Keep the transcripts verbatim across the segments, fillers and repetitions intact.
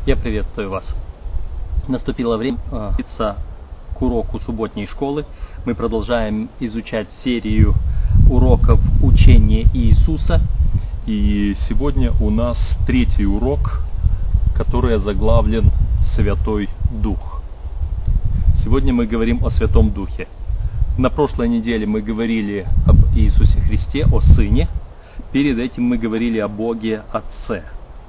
Я приветствую вас. Наступило время обратиться к уроку субботней школы. Мы продолжаем изучать серию уроков учения Иисуса. И сегодня у нас третий урок, который озаглавлен «Святой Дух». Сегодня мы говорим о Святом Духе. На прошлой неделе мы говорили об Иисусе Христе, о Сыне. Перед этим мы говорили о Боге Отце.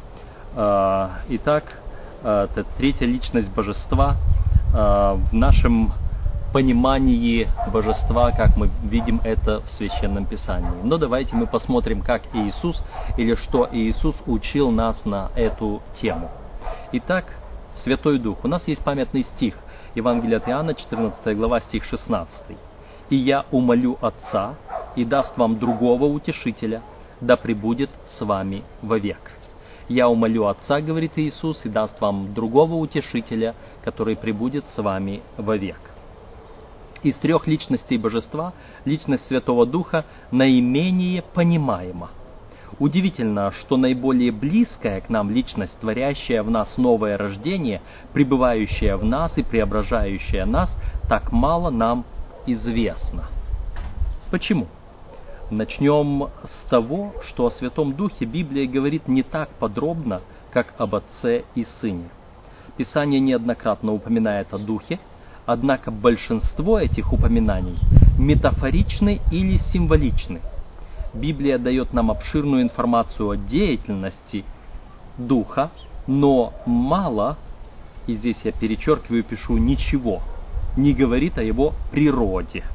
Итак, это третья личность Божества в нашем понимании Божества, как мы видим это в Священном Писании. Но давайте мы посмотрим, как Иисус или что Иисус учил нас на эту тему. Итак, Святой Дух. У нас есть памятный стих. Евангелие от Иоанна, четырнадцатая глава, стих шестнадцатый. «И я умолю Отца, и даст вам другого утешителя, да пребудет с вами вовек». «Я умолю Отца, — говорит Иисус, — и даст вам другого утешителя, который пребудет с вами вовек». Из трех личностей Божества личность Святого Духа наименее понимаема. Удивительно, что наиболее близкая к нам личность, творящая в нас новое рождение, пребывающая в нас и преображающая нас, так мало нам известна. Почему? Начнем с того, что о Святом Духе Библия говорит не так подробно, как об Отце и Сыне. Писание неоднократно упоминает о Духе, однако большинство этих упоминаний метафоричны или символичны. Библия дает нам обширную информацию о деятельности Духа, но мало, и здесь я перечеркиваю, пишу ничего, не говорит о его природе.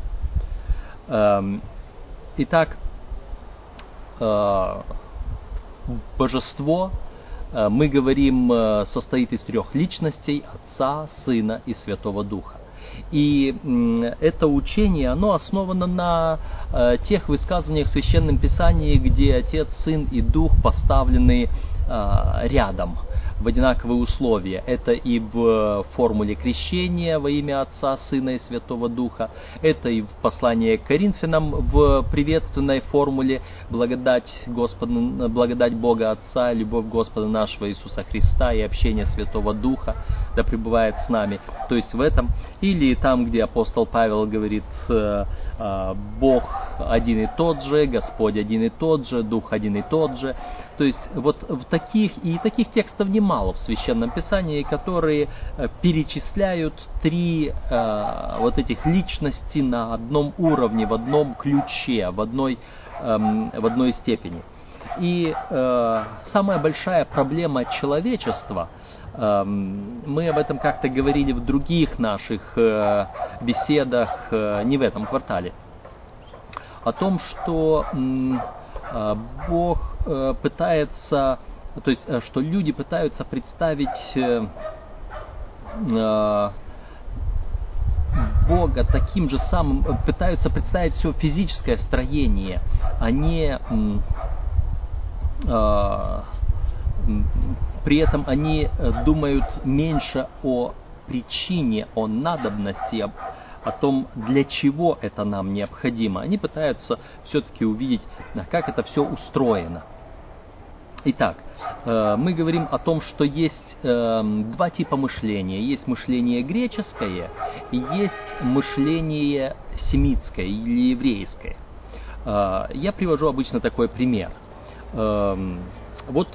Итак, Божество, мы говорим, состоит из трех личностей: Отца, Сына и Святого Духа. И это учение, оно основано на тех высказываниях в Священном Писании, где Отец, Сын и Дух поставлены рядом, в одинаковые условия. Это и в формуле крещения во имя Отца, Сына и Святого Духа. Это и в послании к Коринфянам в приветственной формуле благодать, Господа, благодать Бога Отца, любовь Господа нашего Иисуса Христа и общение Святого Духа да пребывает с нами. То есть в этом. Или там, где апостол Павел говорит: Бог один и тот же, Господь один и тот же, Дух один и тот же. То есть вот в таких, и таких текстов немало в Священном Писании, которые перечисляют три э, вот этих личности на одном уровне, в одном ключе, в одной, э, в одной степени. И э, самая большая проблема человечества, э, мы об этом как-то говорили в других наших э, беседах, э, не в этом квартале, о том, что э, Бог э, пытается, то есть, э, что люди пытаются представить э, э, Бога таким же самым, пытаются представить все физическое строение, а не э, э, при этом они думают меньше о причине, о надобности, о, о том, для чего это нам необходимо. Они пытаются все-таки увидеть, как это все устроено. Итак, мы говорим о том, что есть два типа мышления. Есть мышление греческое и есть мышление семитское или еврейское. Я привожу обычно такой пример. Вот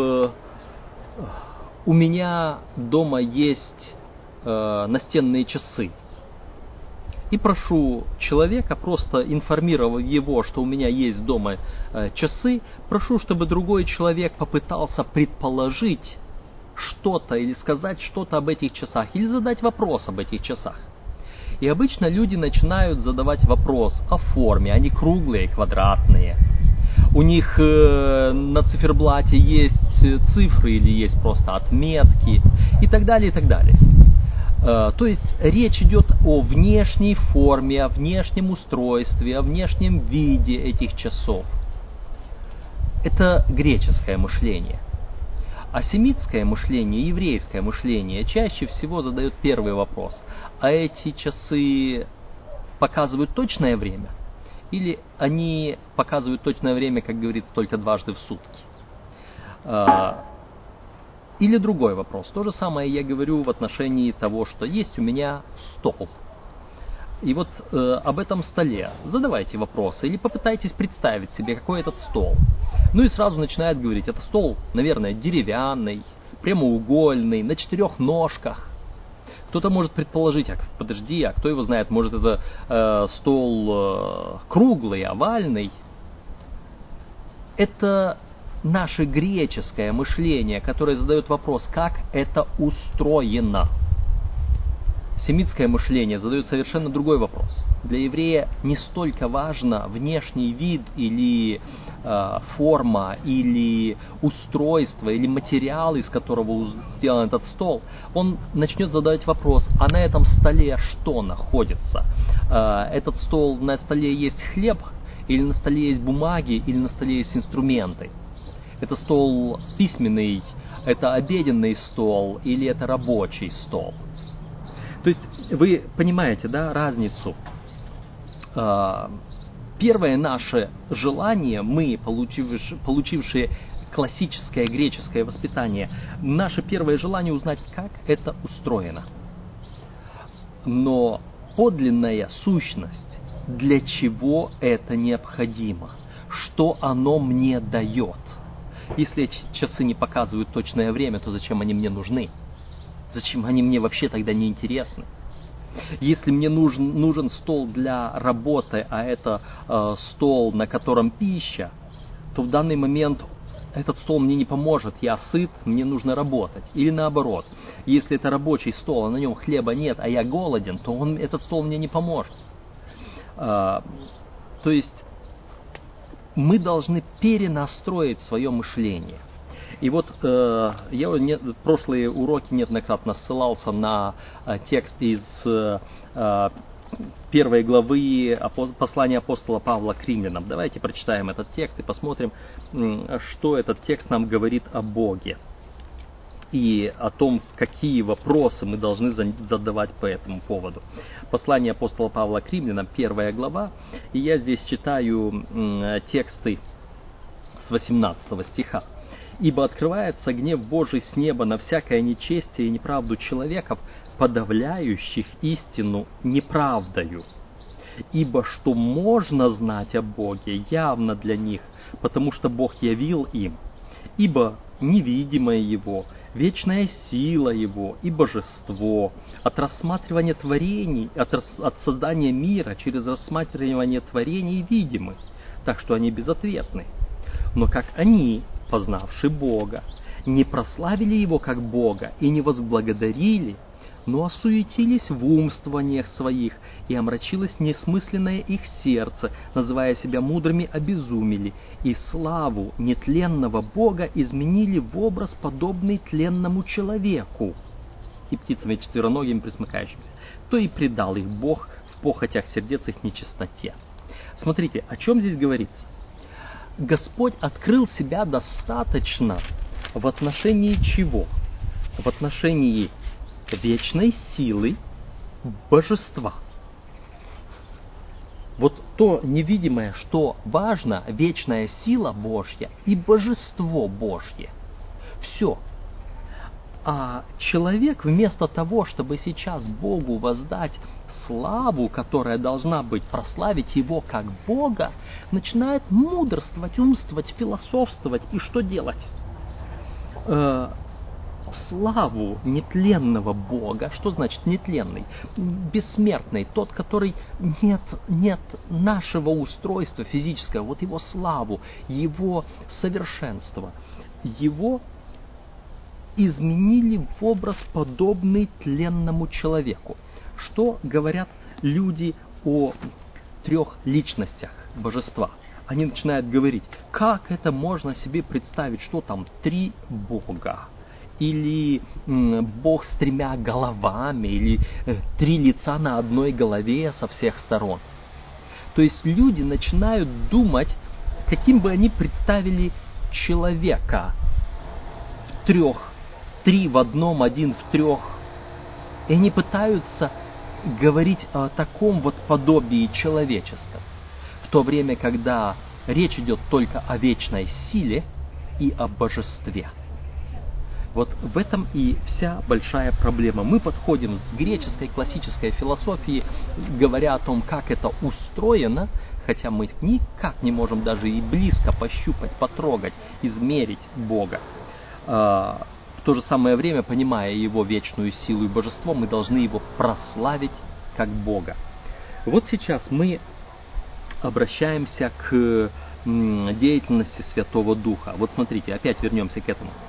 у меня дома есть настенные часы. И прошу человека, просто информировав его, что у меня есть дома э, часы, прошу, чтобы другой человек попытался предположить что-то или сказать что-то об этих часах, или задать вопрос об этих часах. И обычно люди начинают задавать вопрос о форме. Они круглые, квадратные. У них э, на циферблате есть цифры или есть просто отметки и так далее, и так далее. То есть речь идет о внешней форме, о внешнем устройстве, о внешнем виде этих часов. Это греческое мышление. А семитское мышление, еврейское мышление чаще всего задает первый вопрос: а эти часы показывают точное время? Или они показывают точное время, как говорится, только дважды в сутки? Или другой вопрос. То же самое я говорю в отношении того, что есть у меня стол. И вот э, об этом столе задавайте вопросы или попытайтесь представить себе, какой этот стол. Ну и сразу начинает говорить, это стол, наверное, деревянный, прямоугольный, на четырех ножках. Кто-то может предположить, а подожди, а кто его знает, может это э, стол э, круглый, овальный. Это наше греческое мышление, которое задает вопрос, как это устроено. Семитское мышление задает совершенно другой вопрос. Для еврея не столько важно внешний вид или э, форма, или устройство, или материал, из которого сделан этот стол. Он начнет задавать вопрос, а на этом столе что находится? Э, этот стол, на столе есть хлеб, или на столе есть бумаги, или на столе есть инструменты? Это стол письменный, это обеденный стол, или это рабочий стол? То есть вы понимаете, да, разницу? Первое наше желание, мы, получившие, получившие классическое греческое воспитание, наше первое желание узнать, как это устроено. Но подлинная сущность, для чего это необходимо, что оно мне дает. Если часы не показывают точное время, то зачем они мне нужны? Зачем они мне вообще тогда не интересны? Если мне нужен, нужен стол для работы, а это э, стол, на котором пища, то в данный момент этот стол мне не поможет, я сыт, мне нужно работать. Или наоборот, если это рабочий стол, а на нем хлеба нет, а я голоден, то он, этот стол мне не поможет. Э, то есть мы должны перенастроить свое мышление. И вот э, я не, в прошлые уроки неоднократно ссылался на э, текст из э, первой главы апо- послания апостола Павла к римлянам. Давайте прочитаем этот текст и посмотрим, э, что этот текст нам говорит о Боге. И о том, какие вопросы мы должны задавать по этому поводу. Послание апостола Павла к римлянам, первая глава. И я здесь читаю э, тексты с восемнадцатого стиха. «Ибо открывается гнев Божий с неба на всякое нечестие и неправду человеков, подавляющих истину неправдою. Ибо что можно знать о Боге, явно для них, потому что Бог явил им. Ибо невидимое Его, вечная сила Его и божество, от рассматривания творений, от, от создания мира через рассматривание творений видимы, так что они безответны. Но как они, познавши Бога, не прославили Его как Бога и не возблагодарили, но осуетились в умствованиях своих, и омрачилось несмысленное их сердце, называя себя мудрыми, обезумели, и славу нетленного Бога изменили в образ, подобный тленному человеку, и птицами четвероногим пресмыкающимся, то и предал их Бог в похотях сердец их нечистоте». Смотрите, о чем здесь говорится? Господь открыл себя достаточно в отношении чего? В отношении вечной силы божества. Вот то невидимое, что важно, вечная сила Божья и божество Божье. Все. А человек вместо того, чтобы сейчас Богу воздать славу, которая должна быть, прославить Его как Бога, начинает мудрствовать, умствовать, философствовать. И что делать? Э, славу нетленного Бога. Что значит нетленный? Бессмертный. Тот, который нет, нет нашего устройства физического. Вот Его славу, Его совершенство. Его изменили в образ, подобный тленному человеку. Что говорят люди о трех личностях божества? Они начинают говорить, как это можно себе представить, что там три Бога, или м, Бог с тремя головами, или э, три лица на одной голове со всех сторон. То есть люди начинают думать, каким бы они представили человека в трех, три в одном, один в трех. И они пытаются говорить о таком вот подобии человеческом, в то время, когда речь идет только о вечной силе и о божестве. Вот в этом и вся большая проблема. Мы подходим с греческой классической философии, говоря о том, как это устроено, хотя мы никак не можем даже и близко пощупать, потрогать, измерить Бога. В то же самое время, понимая Его вечную силу и божество, мы должны Его прославить как Бога. Вот сейчас мы обращаемся к деятельности Святого Духа. Вот смотрите, опять вернемся к этому.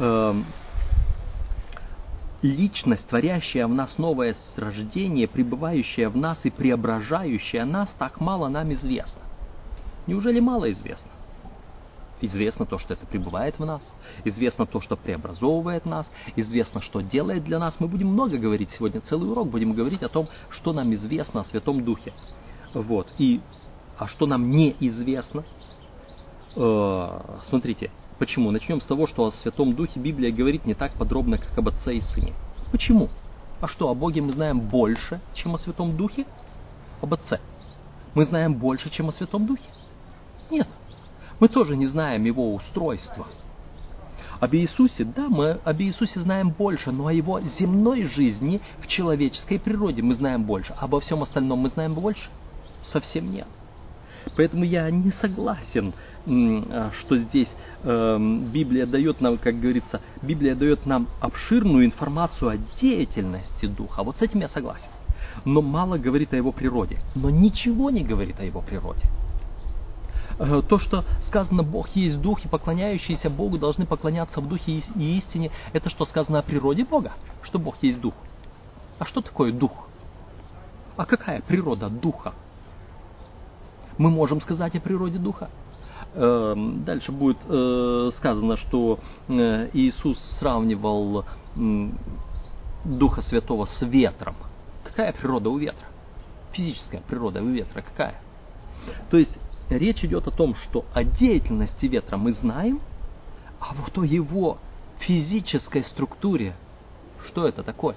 Личность, творящая в нас новое рождение, пребывающая в нас и преображающая нас, так мало нам известно. Неужели мало известно? Известно то, что это пребывает в нас, известно то, что преобразовывает нас, известно, что делает для нас. Мы будем много говорить сегодня, целый урок будем говорить о том, что нам известно о Святом Духе. Вот. И, а что нам неизвестно? Э, смотрите, почему? Начнем с того, что о Святом Духе Библия говорит не так подробно, как об Отце и Сыне. Почему? А что, о Боге мы знаем больше, чем о Святом Духе? Об Отце. Мы знаем больше, чем о Святом Духе? Нет. Мы тоже не знаем Его устройства. Об Иисусе, да, мы об Иисусе знаем больше, но о Его земной жизни в человеческой природе мы знаем больше. А обо всем остальном мы знаем больше? Совсем нет. Поэтому я не согласен, что здесь Библия дает нам, как говорится, Библия дает нам обширную информацию о деятельности Духа. Вот с этим я согласен. Но мало говорит о Его природе. Но ничего не говорит о Его природе. То, что сказано «Бог есть Дух», и поклоняющиеся Богу должны поклоняться в Духе и истине, это что сказано о природе Бога? Что Бог есть Дух. А что такое Дух? А какая природа Духа? Мы можем сказать о природе Духа. Дальше будет сказано, что Иисус сравнивал Духа Святого с ветром. Какая природа у ветра? Физическая природа у ветра какая? То есть речь идет о том, что о деятельности ветра мы знаем, а вот о его физической структуре, что это такое?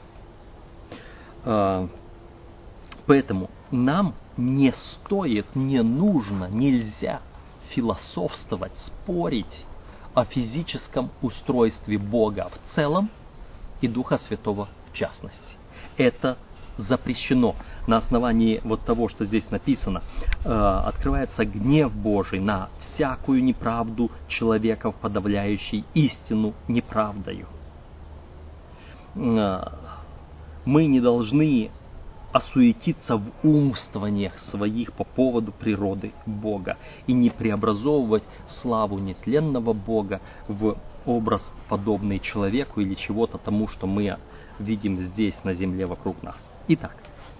Поэтому нам не стоит, не нужно, нельзя философствовать, спорить о физическом устройстве Бога в целом и Духа Святого в частности. Это запрещено. На основании вот того, что здесь написано, э, открывается гнев Божий на всякую неправду человеков, подавляющий истину неправдою. Э, мы не должны осуетиться в умствованиях своих по поводу природы Бога и не преобразовывать славу нетленного Бога в образ, подобный человеку или чего-то тому, что мы видим здесь на земле вокруг нас. Итак,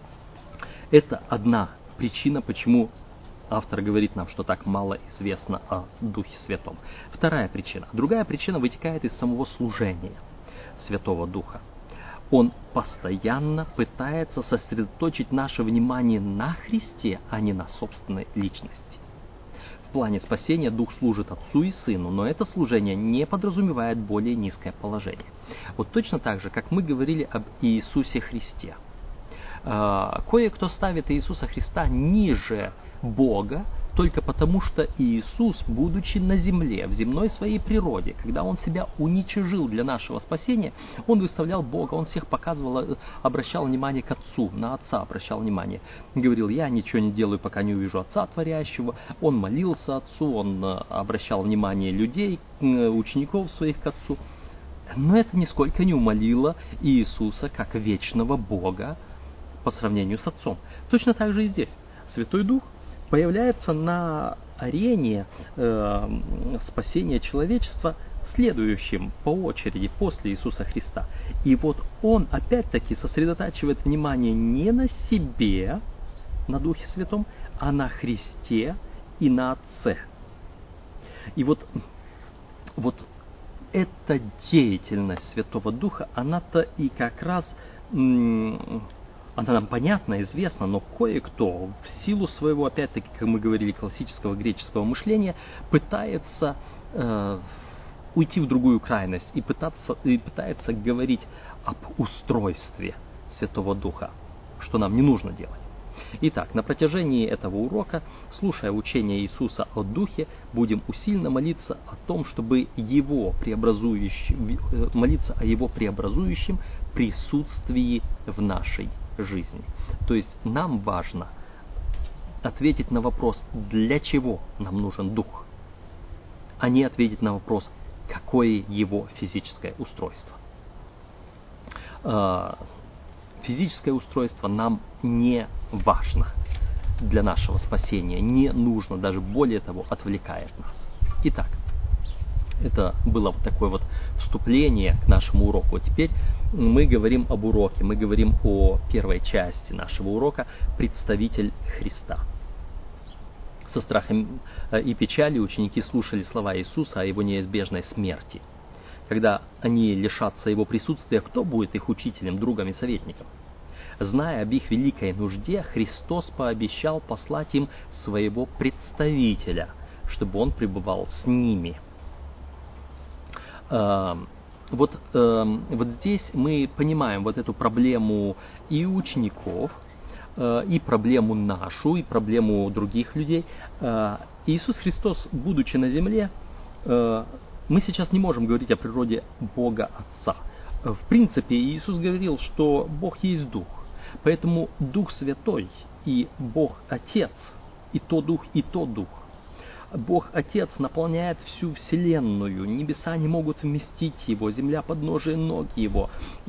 это одна причина, почему автор говорит нам, что так мало известно о Духе Святом. Вторая причина. Другая причина вытекает из самого служения Святого Духа. Он постоянно пытается сосредоточить наше внимание на Христе, а не на собственной личности. В плане спасения Дух служит Отцу и Сыну, но это служение не подразумевает более низкое положение. Вот точно так же, как мы говорили об Иисусе Христе. Кое-кто ставит Иисуса Христа ниже Бога, только потому, что Иисус, будучи на земле, в земной своей природе, когда Он себя уничижил для нашего спасения, Он выставлял Бога, Он всех показывал, обращал внимание к Отцу, на Отца обращал внимание. Говорил, я ничего не делаю, пока не увижу Отца Творящего. Он молился Отцу, Он обращал внимание людей, учеников своих к Отцу. Но это нисколько не умалило Иисуса как вечного Бога по сравнению с Отцом. Точно так же и здесь. Святой Дух появляется на арене э, спасения человечества следующим по очереди после Иисуса Христа. И вот Он опять-таки сосредотачивает внимание не на себе, на Духе Святом, а на Христе и на Отце. И вот, вот эта деятельность Святого Духа, она-то и как раз... М- Она нам понятна, известна, но кое-кто в силу своего, опять-таки, как мы говорили, классического греческого мышления, пытается э, уйти в другую крайность и, пытаться, и пытается говорить об устройстве Святого Духа, что нам не нужно делать. Итак, на протяжении этого урока, слушая учение Иисуса о Духе, будем усиленно молиться о том, чтобы его преобразующим, молиться о его преобразующем присутствии в нашей жизни. То есть нам важно ответить на вопрос, для чего нам нужен Дух, а не ответить на вопрос, какое его физическое устройство. Физическое устройство нам не важно для нашего спасения, не нужно, даже более того, отвлекает нас. Итак, это было вот такое вот вступление к нашему уроку. Теперь мы говорим об уроке, мы говорим о первой части нашего урока «Представитель Христа». Со страхом и печалью ученики слушали слова Иисуса о его неизбежной смерти. Когда они лишатся его присутствия, кто будет их учителем, другом и советником? Зная об их великой нужде, Христос пообещал послать им своего представителя, чтобы он пребывал с ними. Вот, вот здесь мы понимаем вот эту проблему и учеников, и проблему нашу, и проблему других людей. Иисус Христос, будучи на земле, мы сейчас не можем говорить о природе Бога Отца. В принципе, Иисус говорил, что Бог есть Дух. Поэтому Дух Святой и Бог Отец, и то Дух, и то Дух. Бог Отец наполняет всю Вселенную, небеса не могут вместить Его, земля подножие ног Его.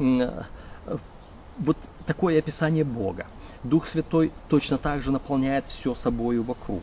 Вот такое описание Бога. Дух Святой точно так же наполняет все собою вокруг.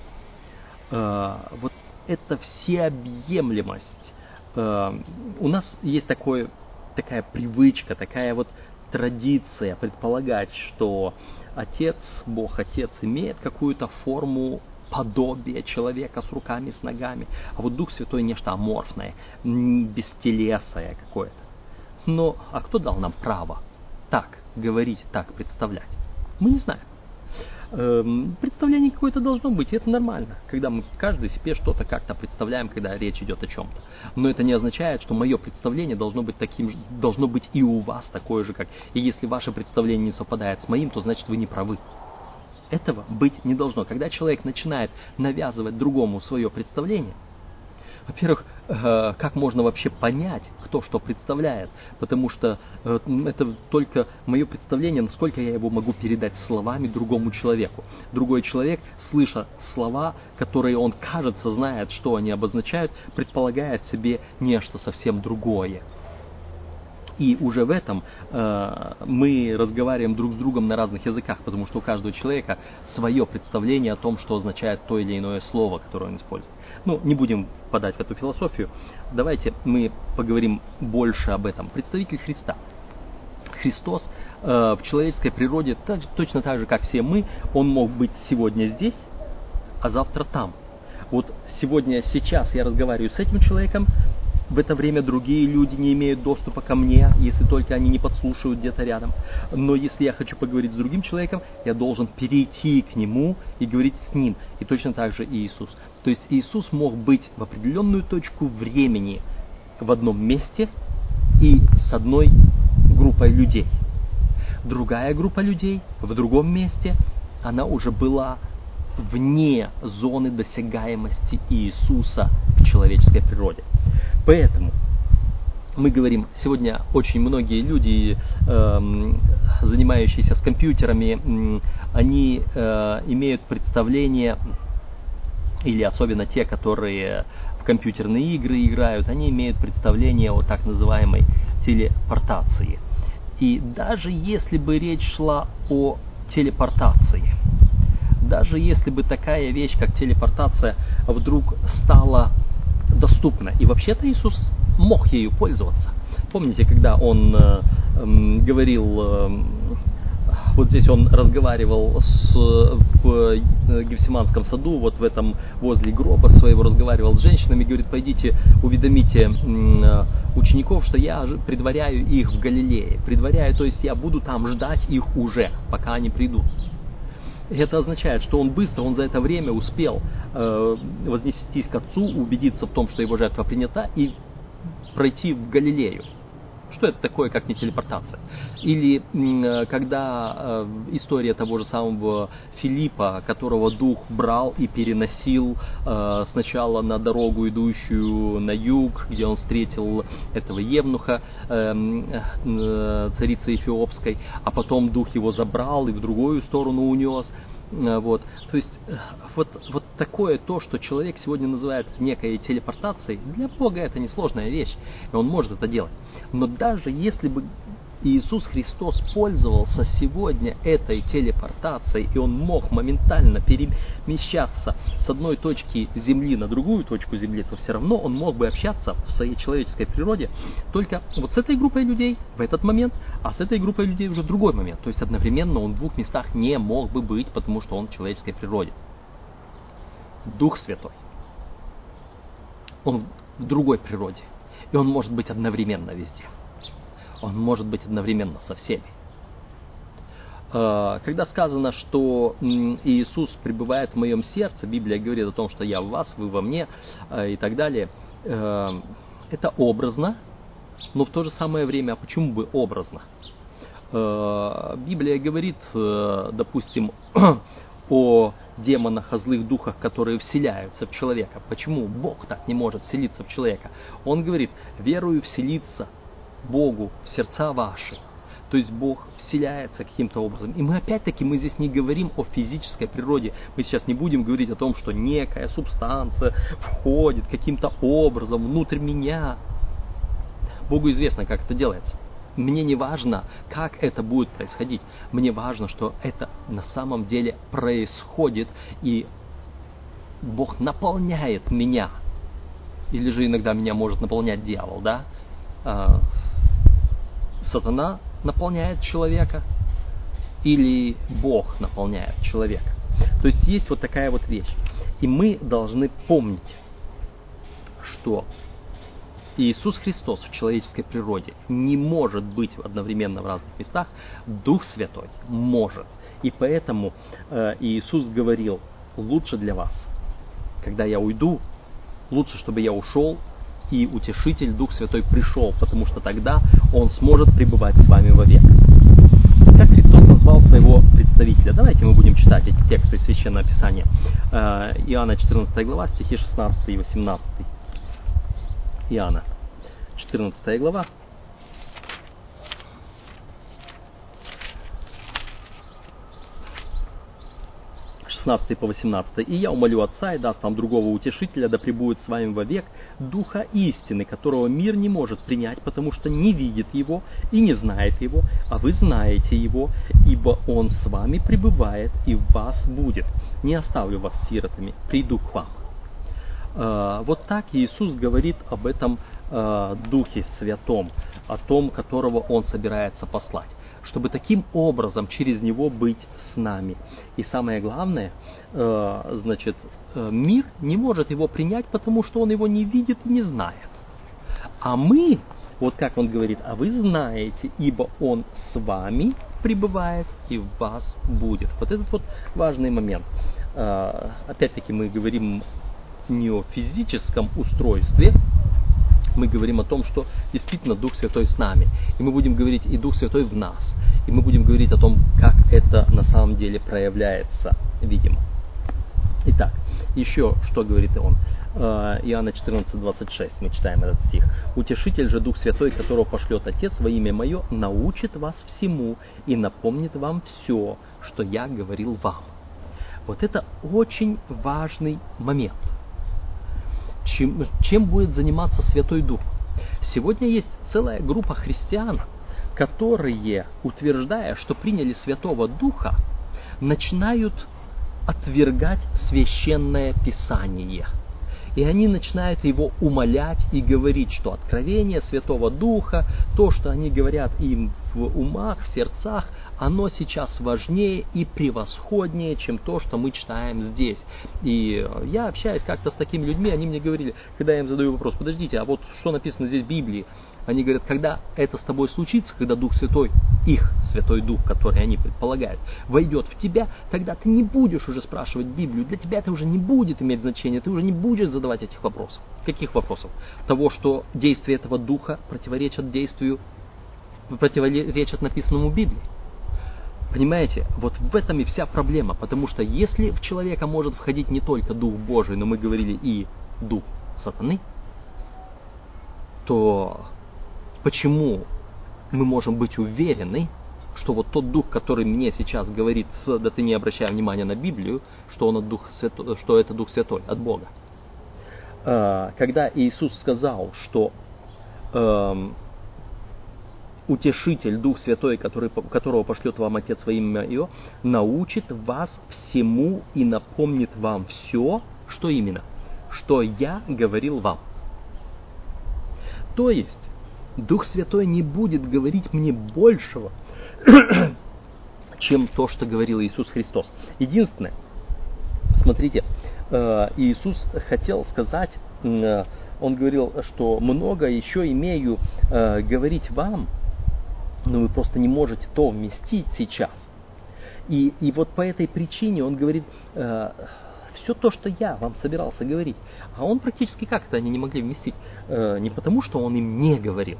Вот это всеобъемлемость. У нас есть такое, такая привычка, такая вот традиция предполагать, что Отец, Бог Отец имеет какую-то форму подобия человека с руками, с ногами, а вот Дух Святой нечто аморфное, бестелесное какое-то. Но а кто дал нам право так говорить, так представлять? Мы не знаем. Представление какое-то должно быть, и это нормально, когда мы каждый себе что-то как-то представляем, когда речь идет о чем-то. Но это не означает, что мое представление должно быть таким же, должно быть и у вас такое же, как. И если ваше представление не совпадает с моим, то значит вы не правы. Этого быть не должно. Когда человек начинает навязывать другому свое представление, во-первых, э, как можно вообще понять, кто что представляет? Потому что э, это только мое представление, насколько я его могу передать словами другому человеку. Другой человек, слыша слова, которые он, кажется, знает, что они обозначают, предполагает себе нечто совсем другое. И уже в этом э, мы разговариваем друг с другом на разных языках, потому что у каждого человека свое представление о том, что означает то или иное слово, которое он использует. Ну, не будем впадать в эту философию. Давайте мы поговорим больше об этом. Представитель Христа. Христос э, в человеческой природе так, точно так же, как все мы, он мог быть сегодня здесь, а завтра там. Вот сегодня, сейчас я разговариваю с этим человеком, в это время другие люди не имеют доступа ко мне, если только они не подслушивают где-то рядом. Но если я хочу поговорить с другим человеком, я должен перейти к нему и говорить с ним. И точно так же и Иисус. То есть Иисус мог быть в определенную точку времени в одном месте и с одной группой людей. Другая группа людей в другом месте, она уже была вне зоны досягаемости Иисуса в человеческой природе. Поэтому мы говорим, сегодня очень многие люди, э, занимающиеся с компьютерами, э, они э, имеют представление, или особенно те, которые в компьютерные игры играют, они имеют представление о так называемой телепортации. И даже если бы речь шла о телепортации, даже если бы такая вещь, как телепортация, вдруг стала доступна, и вообще-то Иисус мог ею пользоваться. Помните, когда он э, э, говорил, э, вот здесь он разговаривал с, в Гефсиманском саду, вот в этом, возле гроба своего, разговаривал с женщинами, говорит, пойдите, уведомите э, учеников, что я предваряю их в Галилее. Предваряю, то есть я буду там ждать их уже, пока они придут. Это означает, что он быстро, он за это время успел э, вознестись к Отцу, убедиться в том, что его жертва принята, и пройти в Галилею, что это такое, как не телепортация? Или когда история того же самого Филиппа, которого дух брал и переносил сначала на дорогу, идущую на юг, где он встретил этого евнуха, царицы Эфиопской, а потом дух его забрал и в другую сторону унес. Вот. То есть вот, вот такое то, что человек сегодня называет некой телепортацией, для Бога это несложная вещь, и Он может это делать. Но даже если бы Иисус Христос пользовался сегодня этой телепортацией, и Он мог моментально перемещаться с одной точки Земли на другую точку Земли, то все равно Он мог бы общаться в своей человеческой природе только вот с этой группой людей в этот момент, а с этой группой людей уже в другой момент. То есть одновременно Он в двух местах не мог бы быть, потому что Он в человеческой природе. Дух Святой. Он в другой природе, и Он может быть одновременно везде. Он может быть одновременно со всеми. Когда сказано, что Иисус пребывает в моем сердце, Библия говорит о том, что я в вас, вы во мне и так далее, это образно, но в то же самое время, а почему бы образно? Библия говорит, допустим, о демонах, о злых духах, которые вселяются в человека. Почему Бог так не может вселиться в человека? Он говорит, верую вселиться Богу в сердца ваши. То есть Бог вселяется каким-то образом. И мы опять-таки, мы здесь не говорим о физической природе. Мы сейчас не будем говорить о том, что некая субстанция входит каким-то образом внутрь меня. Богу известно, как это делается. Мне не важно, как это будет происходить. Мне важно, что это на самом деле происходит, и Бог наполняет меня. Или же иногда меня может наполнять дьявол, да? Сатана наполняет человека или Бог наполняет человека. То есть есть вот такая вот вещь. И мы должны помнить, что Иисус Христос в человеческой природе не может быть одновременно в разных местах, Дух Святой может. И поэтому э, Иисус говорил, лучше для вас, когда я уйду, лучше, чтобы я ушел, и Утешитель, Дух Святой, пришел, потому что тогда Он сможет пребывать с вами вовек. Как Христос назвал своего представителя? Давайте мы будем читать эти тексты Священного Писания. Иоанна четырнадцатая глава, стихи шестнадцатый и восемнадцатый. Иоанна четырнадцатая глава. шестнадцатый по восемнадцатый. «И я умолю Отца, и даст вам другого утешителя, да пребудет с вами вовек, Духа истины, которого мир не может принять, потому что не видит его и не знает его, а вы знаете его, ибо он с вами пребывает и в вас будет. Не оставлю вас сиротами, приду к вам». Вот так Иисус говорит об этом Духе Святом, о том, которого Он собирается послать, чтобы таким образом через Него быть с нами. И самое главное, значит, мир не может Его принять, потому что он Его не видит и не знает. А мы, вот как Он говорит, а вы знаете, ибо Он с вами пребывает и в вас будет. Вот этот вот важный момент. Опять-таки мы говорим не о физическом устройстве, мы говорим о том, что действительно Дух Святой с нами. И мы будем говорить и Дух Святой в нас. И мы будем говорить о том, как это на самом деле проявляется, видимо. Итак, еще что говорит он. Иоанна четырнадцать двадцать шесть, мы читаем этот стих. «Утешитель же Дух Святой, которого пошлет Отец во имя Мое, научит вас всему и напомнит вам все, что Я говорил вам». Вот это очень важный момент. Чем, чем будет заниматься Святой Дух? Сегодня есть целая группа христиан, которые, утверждая, что приняли Святого Духа, начинают отвергать Священное Писание. И они начинают его умалять и говорить, что откровение Святого Духа, то, что они говорят им в умах, в сердцах, оно сейчас важнее и превосходнее, чем то, что мы читаем здесь. И я общаюсь как-то с такими людьми, они мне говорили, когда я им задаю вопрос, подождите, а вот что написано здесь в Библии? Они говорят, когда это с тобой случится, когда Дух Святой, их Святой Дух, который они предполагают, войдет в тебя, тогда ты не будешь уже спрашивать Библию, для тебя это уже не будет иметь значения, ты уже не будешь задавать этих вопросов. Каких вопросов? Того, что действия этого Духа противоречат действию противоречат написанному в Библии. Понимаете, вот в этом и вся проблема, потому что если в человека может входить не только Дух Божий, но мы говорили и Дух сатаны, то почему мы можем быть уверены, что вот тот Дух, который мне сейчас говорит, да ты не обращай внимания на Библию, что, он от Дух Святой, что это Дух Святой от Бога? Когда Иисус сказал, что эм, Утешитель, Дух Святой, который, которого пошлет вам Отец во имя Его, научит вас всему и напомнит вам все, что именно, что я говорил вам. То есть, Дух Святой не будет говорить мне большего, чем то, что говорил Иисус Христос. Единственное, смотрите, Иисус хотел сказать, Он говорил, что много еще имею говорить вам, но вы просто не можете то вместить сейчас. И, и вот по этой причине Он говорит, все то, что я вам собирался говорить, а Он практически как-то они не могли вместить. Не потому, что Он им не говорил,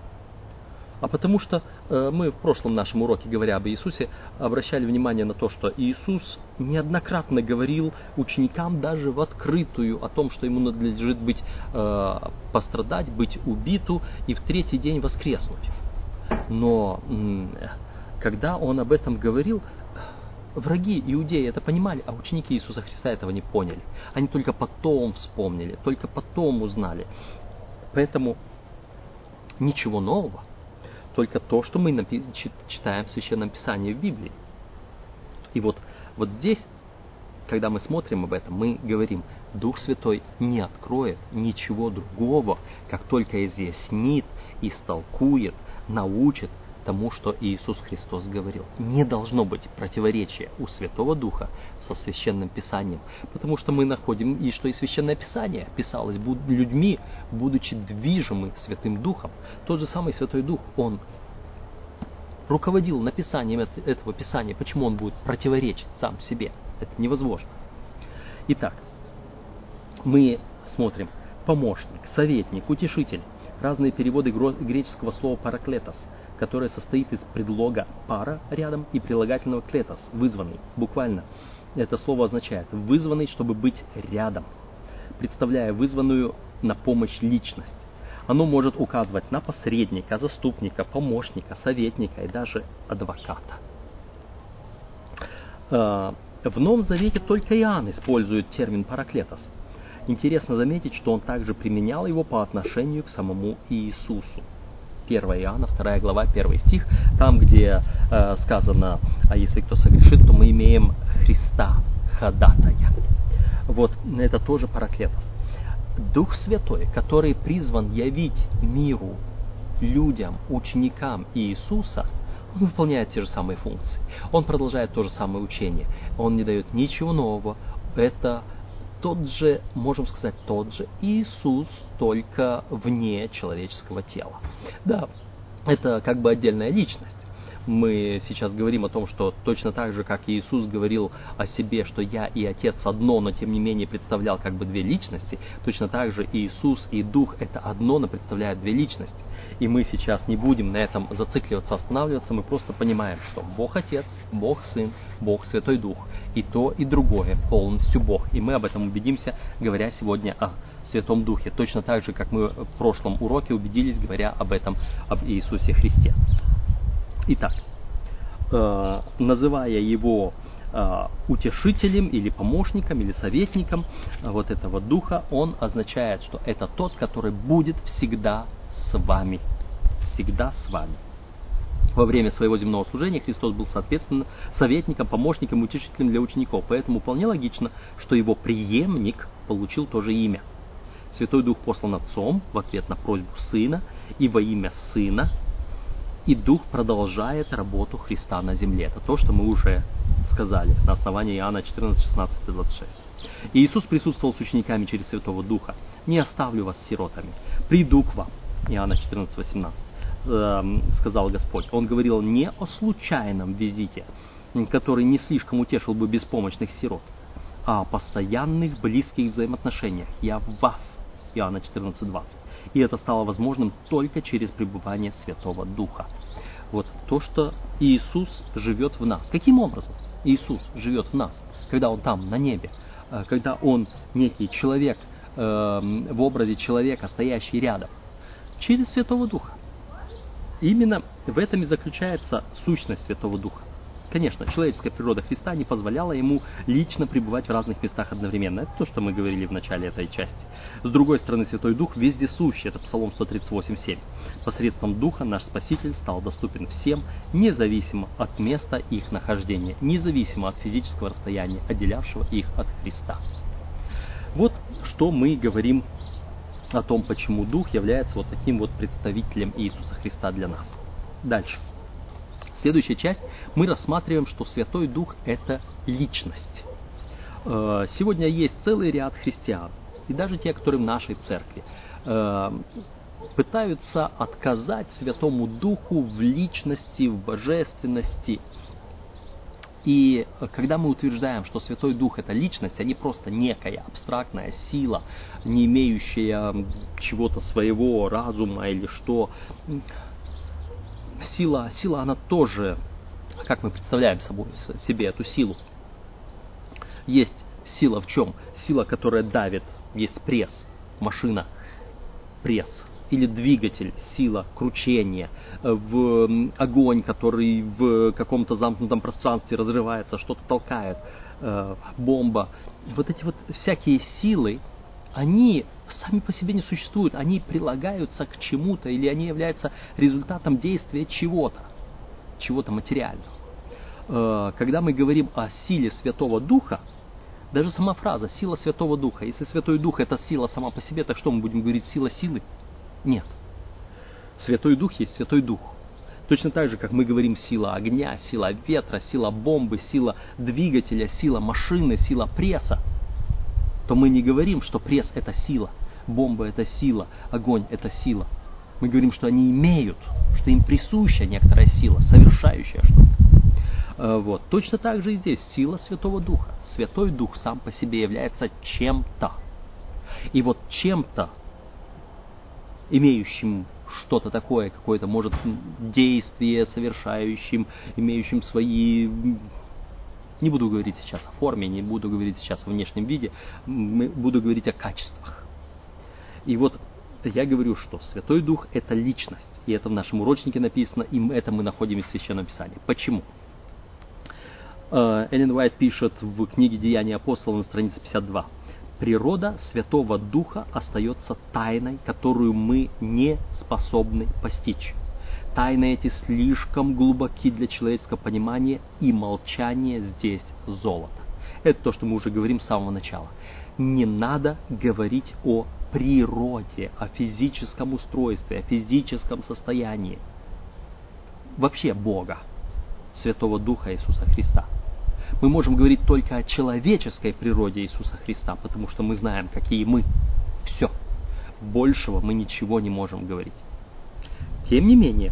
а потому что э, мы в прошлом нашем уроке, говоря об Иисусе, обращали внимание на то, что Иисус неоднократно говорил ученикам даже в открытую о том, что ему надлежит быть, э, пострадать, быть убиту и в третий день воскреснуть. Но м- когда он об этом говорил, враги иудеи это понимали, а ученики Иисуса Христа этого не поняли. Они только потом вспомнили, только потом узнали. Поэтому ничего нового. Только то, что мы напи- читаем в Священном Писании в Библии. И вот, вот здесь, когда мы смотрим об этом, мы говорим, Дух Святой не откроет ничего другого, как только изъяснит, истолкует, научит тому, что Иисус Христос говорил. Не должно быть противоречия у Святого Духа со Священным Писанием, потому что мы находим, и что и Священное Писание писалось людьми, будучи движимы Святым Духом. Тот же самый Святой Дух, Он руководил написанием этого Писания. Почему Он будет противоречить сам себе? Это невозможно. Итак, мы смотрим помощник, советник, утешитель. Разные переводы греческого слова «параклетос», которое состоит из предлога «пара» рядом и прилагательного «клетос» – «вызванный». Буквально это слово означает «вызванный, чтобы быть рядом», представляя вызванную на помощь личность. Оно может указывать на посредника, заступника, помощника, советника и даже адвоката. В Новом Завете только Иоанн использует термин «параклетос». Интересно заметить, что он также применял его по отношению к самому Иисусу. первое Иоанна, вторая глава, первый стих, там, где э, сказано, а если кто согрешит, то мы имеем Христа ходатая. Вот это тоже параклетос. Дух Святой, который призван явить миру, людям, ученикам Иисуса, он выполняет те же самые функции. Он продолжает то же самое учение. Он не дает ничего нового. Это тот же, можем сказать, тот же Иисус, только вне человеческого тела. Да, это как бы отдельная личность. Мы сейчас говорим о том, что точно так же, как Иисус говорил о себе, что я и Отец одно, но тем не менее представлял как бы две личности, точно так же Иисус и Дух это одно, но представляют две личности. И мы сейчас не будем на этом зацикливаться, останавливаться, мы просто понимаем, что Бог Отец, Бог Сын, Бог Святой Дух, и то, и другое полностью Бог. И мы об этом убедимся, говоря сегодня о Святом Духе, точно так же, как мы в прошлом уроке убедились, говоря об этом, об Иисусе Христе. Итак, э, называя его э, утешителем или помощником, или советником э, вот этого Духа, он означает, что это тот, который будет всегда с вами. Всегда с вами. Во время своего земного служения Христос был, соответственно, советником, помощником, утешителем для учеников. Поэтому вполне логично, что его преемник получил то же имя. Святой Дух послан Отцом в ответ на просьбу Сына и во имя Сына. И Дух продолжает работу Христа на земле. Это то, что мы уже сказали на основании Иоанна четырнадцать, шестнадцать и двадцать шесть. И Иисус присутствовал с учениками через Святого Духа. «Не оставлю вас сиротами, приду к вам». Иоанна четырнадцать, восемнадцать. Э, сказал Господь. Он говорил не о случайном визите, который не слишком утешил бы беспомощных сирот, а о постоянных близких взаимоотношениях. «Я в вас». Иоанна четырнадцать, двадцать. И это стало возможным только через пребывание Святого Духа. Вот то, что Иисус живет в нас. Каким образом Иисус живет в нас, когда Он там, на небе, когда Он некий человек, э, в образе человека, стоящий рядом? Через Святого Духа. Именно в этом и заключается сущность Святого Духа. Конечно, человеческая природа Христа не позволяла Ему лично пребывать в разных местах одновременно. Это то, что мы говорили в начале этой части. С другой стороны, Святой Дух вездесущий. Это Псалом сто тридцать восемь семь. Посредством Духа наш Спаситель стал доступен всем, независимо от места их нахождения, независимо от физического расстояния, отделявшего их от Христа. Вот что мы говорим о том, почему Дух является вот таким вот представителем Иисуса Христа для нас. Дальше. Следующая часть, мы рассматриваем, что Святой Дух – это личность. Сегодня есть целый ряд христиан, и даже те, которые в нашей церкви, пытаются отказать Святому Духу в личности, в божественности. И когда мы утверждаем, что Святой Дух – это личность, а не просто некая абстрактная сила, не имеющая чего-то своего разума или что… Сила, сила, она тоже, как мы представляем собой, себе эту силу. Есть сила в чем? Сила, которая давит. Есть пресс, машина, пресс. Или двигатель, сила, кручение. В огонь, который в каком-то замкнутом пространстве разрывается, что-то толкает. Бомба. Вот эти вот всякие силы, они сами по себе не существуют, они прилагаются к чему-то, или они являются результатом действия чего-то, чего-то материального. Когда мы говорим о силе Святого Духа, даже сама фраза «сила Святого Духа», если Святой Дух – это сила сама по себе, так что мы будем говорить «сила силы»? Нет. Святой Дух есть Святой Дух. Точно так же, как мы говорим «сила огня», «сила ветра», «сила бомбы», «сила двигателя», «сила машины», «сила пресса», то мы не говорим, что пресс – это сила, бомба – это сила, огонь – это сила. Мы говорим, что они имеют, что им присуща некоторая сила, совершающая что-то. Вот. Точно так же и здесь сила Святого Духа. Святой Дух сам по себе является чем-то. И вот чем-то, имеющим что-то такое, какое-то, может, действие, совершающим, имеющим свои… Не буду говорить сейчас о форме, не буду говорить сейчас о внешнем виде, буду говорить о качествах. И вот я говорю, что Святой Дух – это личность. И это в нашем урочнике написано, и это мы находим в Священном Писании. Почему? Эллен Уайт пишет в книге «Деяния апостолов» на странице пятьдесят два. Природа Святого Духа остается тайной, которую мы не способны постичь. Тайны эти слишком глубоки для человеческого понимания, и молчание здесь золото. Это то, что мы уже говорим с самого начала. Не надо говорить о природе, о физическом устройстве, о физическом состоянии. Вообще Бога, Святого Духа Иисуса Христа. Мы можем говорить только о человеческой природе Иисуса Христа, потому что мы знаем, какие мы. Все. Большего мы ничего не можем говорить. Тем не менее,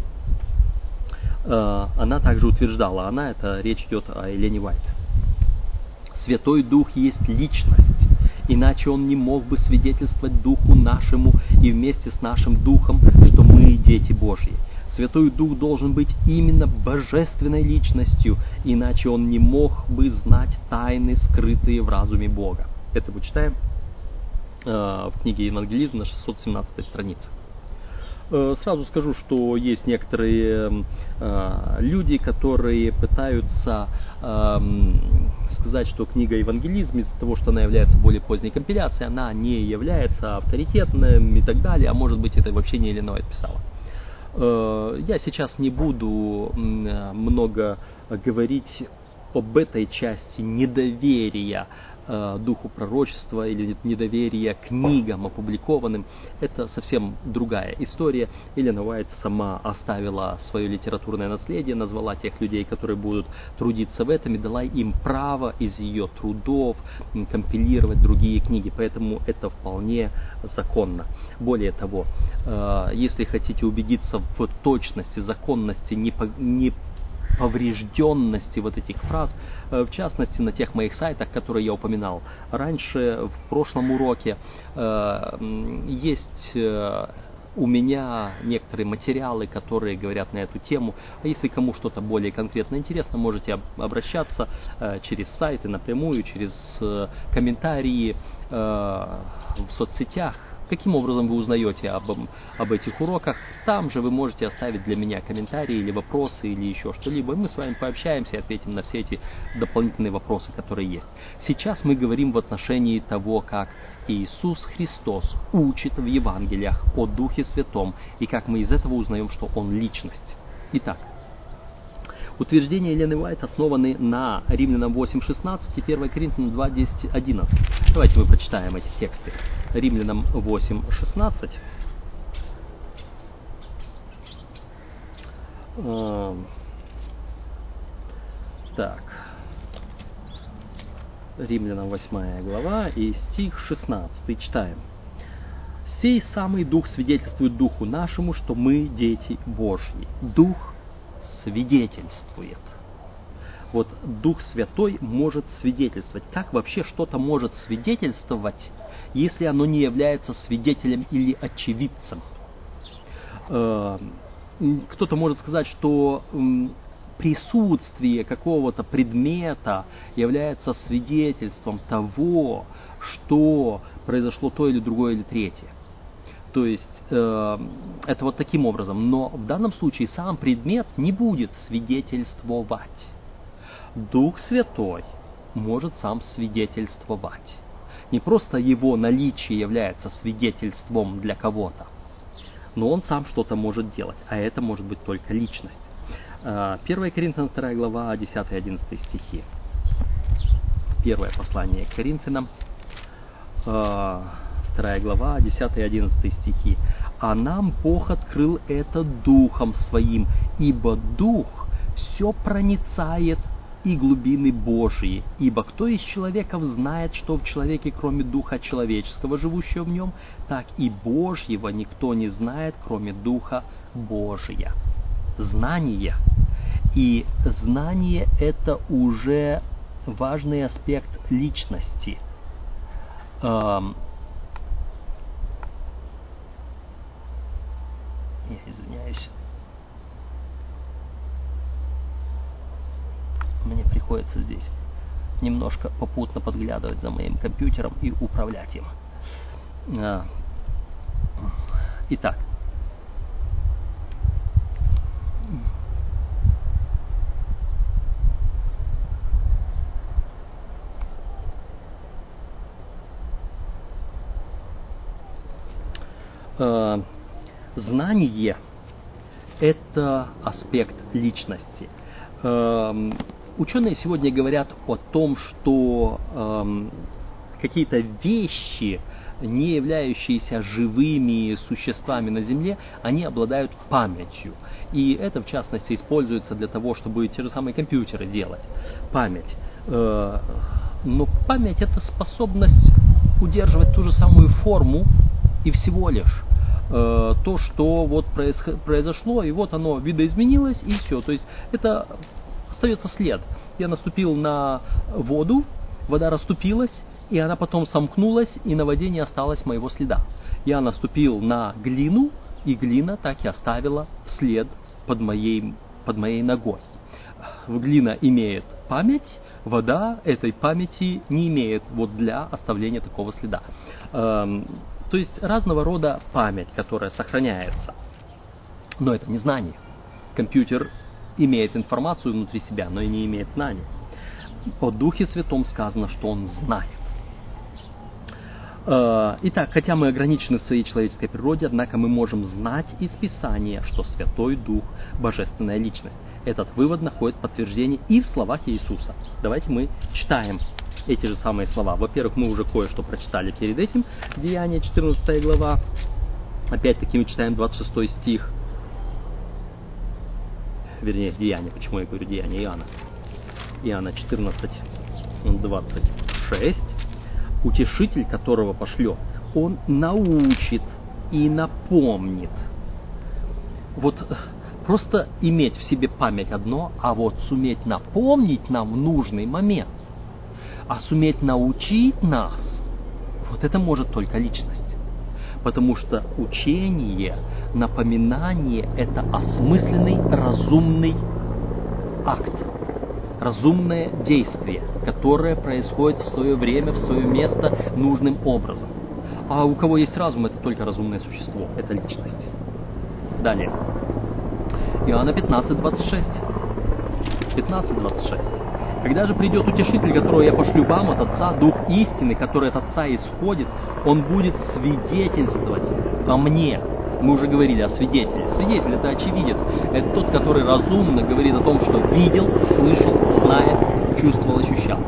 она также утверждала, она, это речь идет о Эллене Уайт. Святой Дух есть личность, иначе Он не мог бы свидетельствовать Духу нашему и вместе с нашим Духом, что мы дети Божьи. Святой Дух должен быть именно божественной личностью, иначе Он не мог бы знать тайны, скрытые в разуме Бога. Это мы читаем э, в книге «Евангелизм» на шестьсот семнадцатой странице. Сразу скажу, что есть некоторые э, люди, которые пытаются э, сказать, что книга «Евангелизм» из-за того, что она является более поздней компиляцией, она не является авторитетной и так далее, а может быть это вообще не Эллен Уайт писала. Э, я сейчас не буду э, много говорить об этой части недоверия духу пророчества или недоверия книгам опубликованным. Это совсем другая история. Эллен Уайт сама оставила свое литературное наследие, назвала тех людей, которые будут трудиться в этом, и дала им право из ее трудов компилировать другие книги. Поэтому это вполне законно. Более того, если хотите убедиться в точности, законности, не поврежденности вот этих фраз, в частности, на тех моих сайтах, которые я упоминал раньше, в прошлом уроке, есть у меня некоторые материалы, которые говорят на эту тему. А если кому что-то более конкретно интересно, можете обращаться через сайты напрямую, через комментарии в соцсетях. Каким образом вы узнаете об, об этих уроках? Там же вы можете оставить для меня комментарии или вопросы, или еще что-либо. И мы с вами пообщаемся и ответим на все эти дополнительные вопросы, которые есть. Сейчас мы говорим в отношении того, как Иисус Христос учит в Евангелиях о Духе Святом, и как мы из этого узнаем, что Он личность. Итак, утверждения Елены Уайт основаны на Римлянам восемь шестнадцать и первое Коринфянам два десять одиннадцать. Давайте мы прочитаем эти тексты. Римлянам восемь шестнадцать. Так. Римлянам восьмая глава и стих шестнадцатый читаем. «Сей самый Дух свидетельствует Духу нашему, что мы дети Божьи». Дух свидетельствует. Вот Дух Святой может свидетельствовать. Как вообще что-то может свидетельствовать, если оно не является свидетелем или очевидцем? Кто-то может сказать, что присутствие какого-то предмета является свидетельством того, что произошло то или другое или третье. То есть э, это вот таким образом. Но в данном случае сам предмет не будет свидетельствовать. Дух Святой может сам свидетельствовать. Не просто его наличие является свидетельством для кого-то, но он сам что-то может делать, а это может быть только личность. первое Коринфянам вторая глава, десятый-одиннадцатый стихи. Первое послание к Коринфянам, вторая глава, десятый-одиннадцатый стихи. «А нам Бог открыл это Духом Своим, ибо Дух все проницает и глубины Божии. Ибо кто из человеков знает, что в человеке, кроме Духа человеческого, живущего в нем, так и Божьего никто не знает, кроме Духа Божия». Знание. И знание — это уже важный аспект личности. Эм, я извиняюсь. Мне приходится здесь немножко попутно подглядывать за моим компьютером и управлять им. Э, итак. Э, знание — это аспект личности. Э, ученые сегодня говорят о том, что э, какие-то вещи, не являющиеся живыми существами на Земле, они обладают памятью. И это, в частности, используется для того, чтобы те же самые компьютеры делать. Память. Э, но память — это способность удерживать ту же самую форму, и всего лишь э, то, что вот произошло, и вот оно видоизменилось, и все. То есть это остается след. Я наступил на воду, вода расступилась, и она потом сомкнулась, и на воде не осталось моего следа. Я наступил на глину, и глина так и оставила след под моей, под моей ногой. Глина имеет память, вода этой памяти не имеет вот для оставления такого следа. Эм, То есть разного рода память, которая сохраняется. Но это не знание. Компьютер имеет информацию внутри себя, но и не имеет знания. О Духе Святом сказано, что Он знает. Итак, хотя мы ограничены в своей человеческой природе, однако мы можем знать из Писания, что Святой Дух – божественная личность. Этот вывод находит подтверждение и в словах Иисуса. Давайте мы читаем эти же самые слова. Во-первых, мы уже кое-что прочитали перед этим. Деяния, четырнадцатая глава. Опять-таки мы читаем двадцать шестой стих. Вернее, Деяния. Почему я говорю Деяния? Иоанна. Иоанна четырнадцать, двадцать шесть. Утешитель, которого пошлет, он научит и напомнит. Вот Просто иметь в себе память одно, а вот суметь напомнить нам в нужный момент, а суметь научить нас, вот это может только личность. Потому что учение, напоминание – это осмысленный, разумный акт, разумное действие, которое происходит в свое время, в свое место нужным образом. А у кого есть разум, это только разумное существо, это личность. Далее. Иоанна пятнадцать двадцать шесть. пятнадцать двадцать шесть. Когда же придет Утешитель, которого я пошлю вам от Отца, Дух истины, который от Отца исходит, Он будет свидетельствовать о мне. Мы уже говорили о свидетеле. Свидетель – это очевидец. Это тот, который разумно говорит о том, что видел, слышал, знает, чувствовал, ощущал.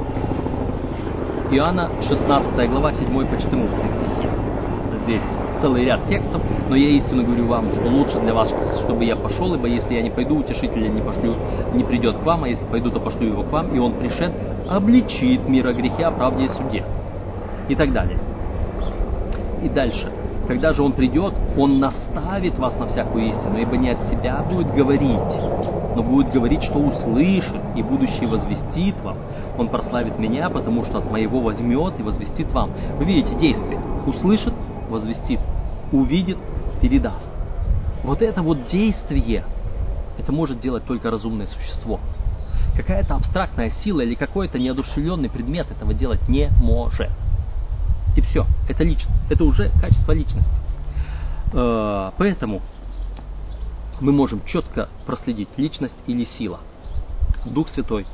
Иоанна шестнадцатая глава, седьмой по четырнадцатый стихи. Здесь целый ряд текстов, но я истинно говорю вам, что лучше для вас, чтобы я пошел, ибо если я не пойду, Утешителя не пошлю, не придет к вам, а если пойду, то пошлю его к вам, и он пришед, обличит мир о грехе, о правде и суде. И так далее. И дальше. Когда же он придет, он наставит вас на всякую истину, ибо не от себя будет говорить, но будет говорить, что услышит, и будущий возвестит вам. Он прославит меня, потому что от моего возьмет и возвестит вам. Вы видите действие. Услышит, возвестит, увидит, передаст. Вот это вот действие, это может делать только разумное существо. Какая-то абстрактная сила или какой-то неодушевленный предмет этого делать не может. И все, это личность, это уже качество личности. Поэтому мы можем четко проследить, личность или сила. Дух Святой.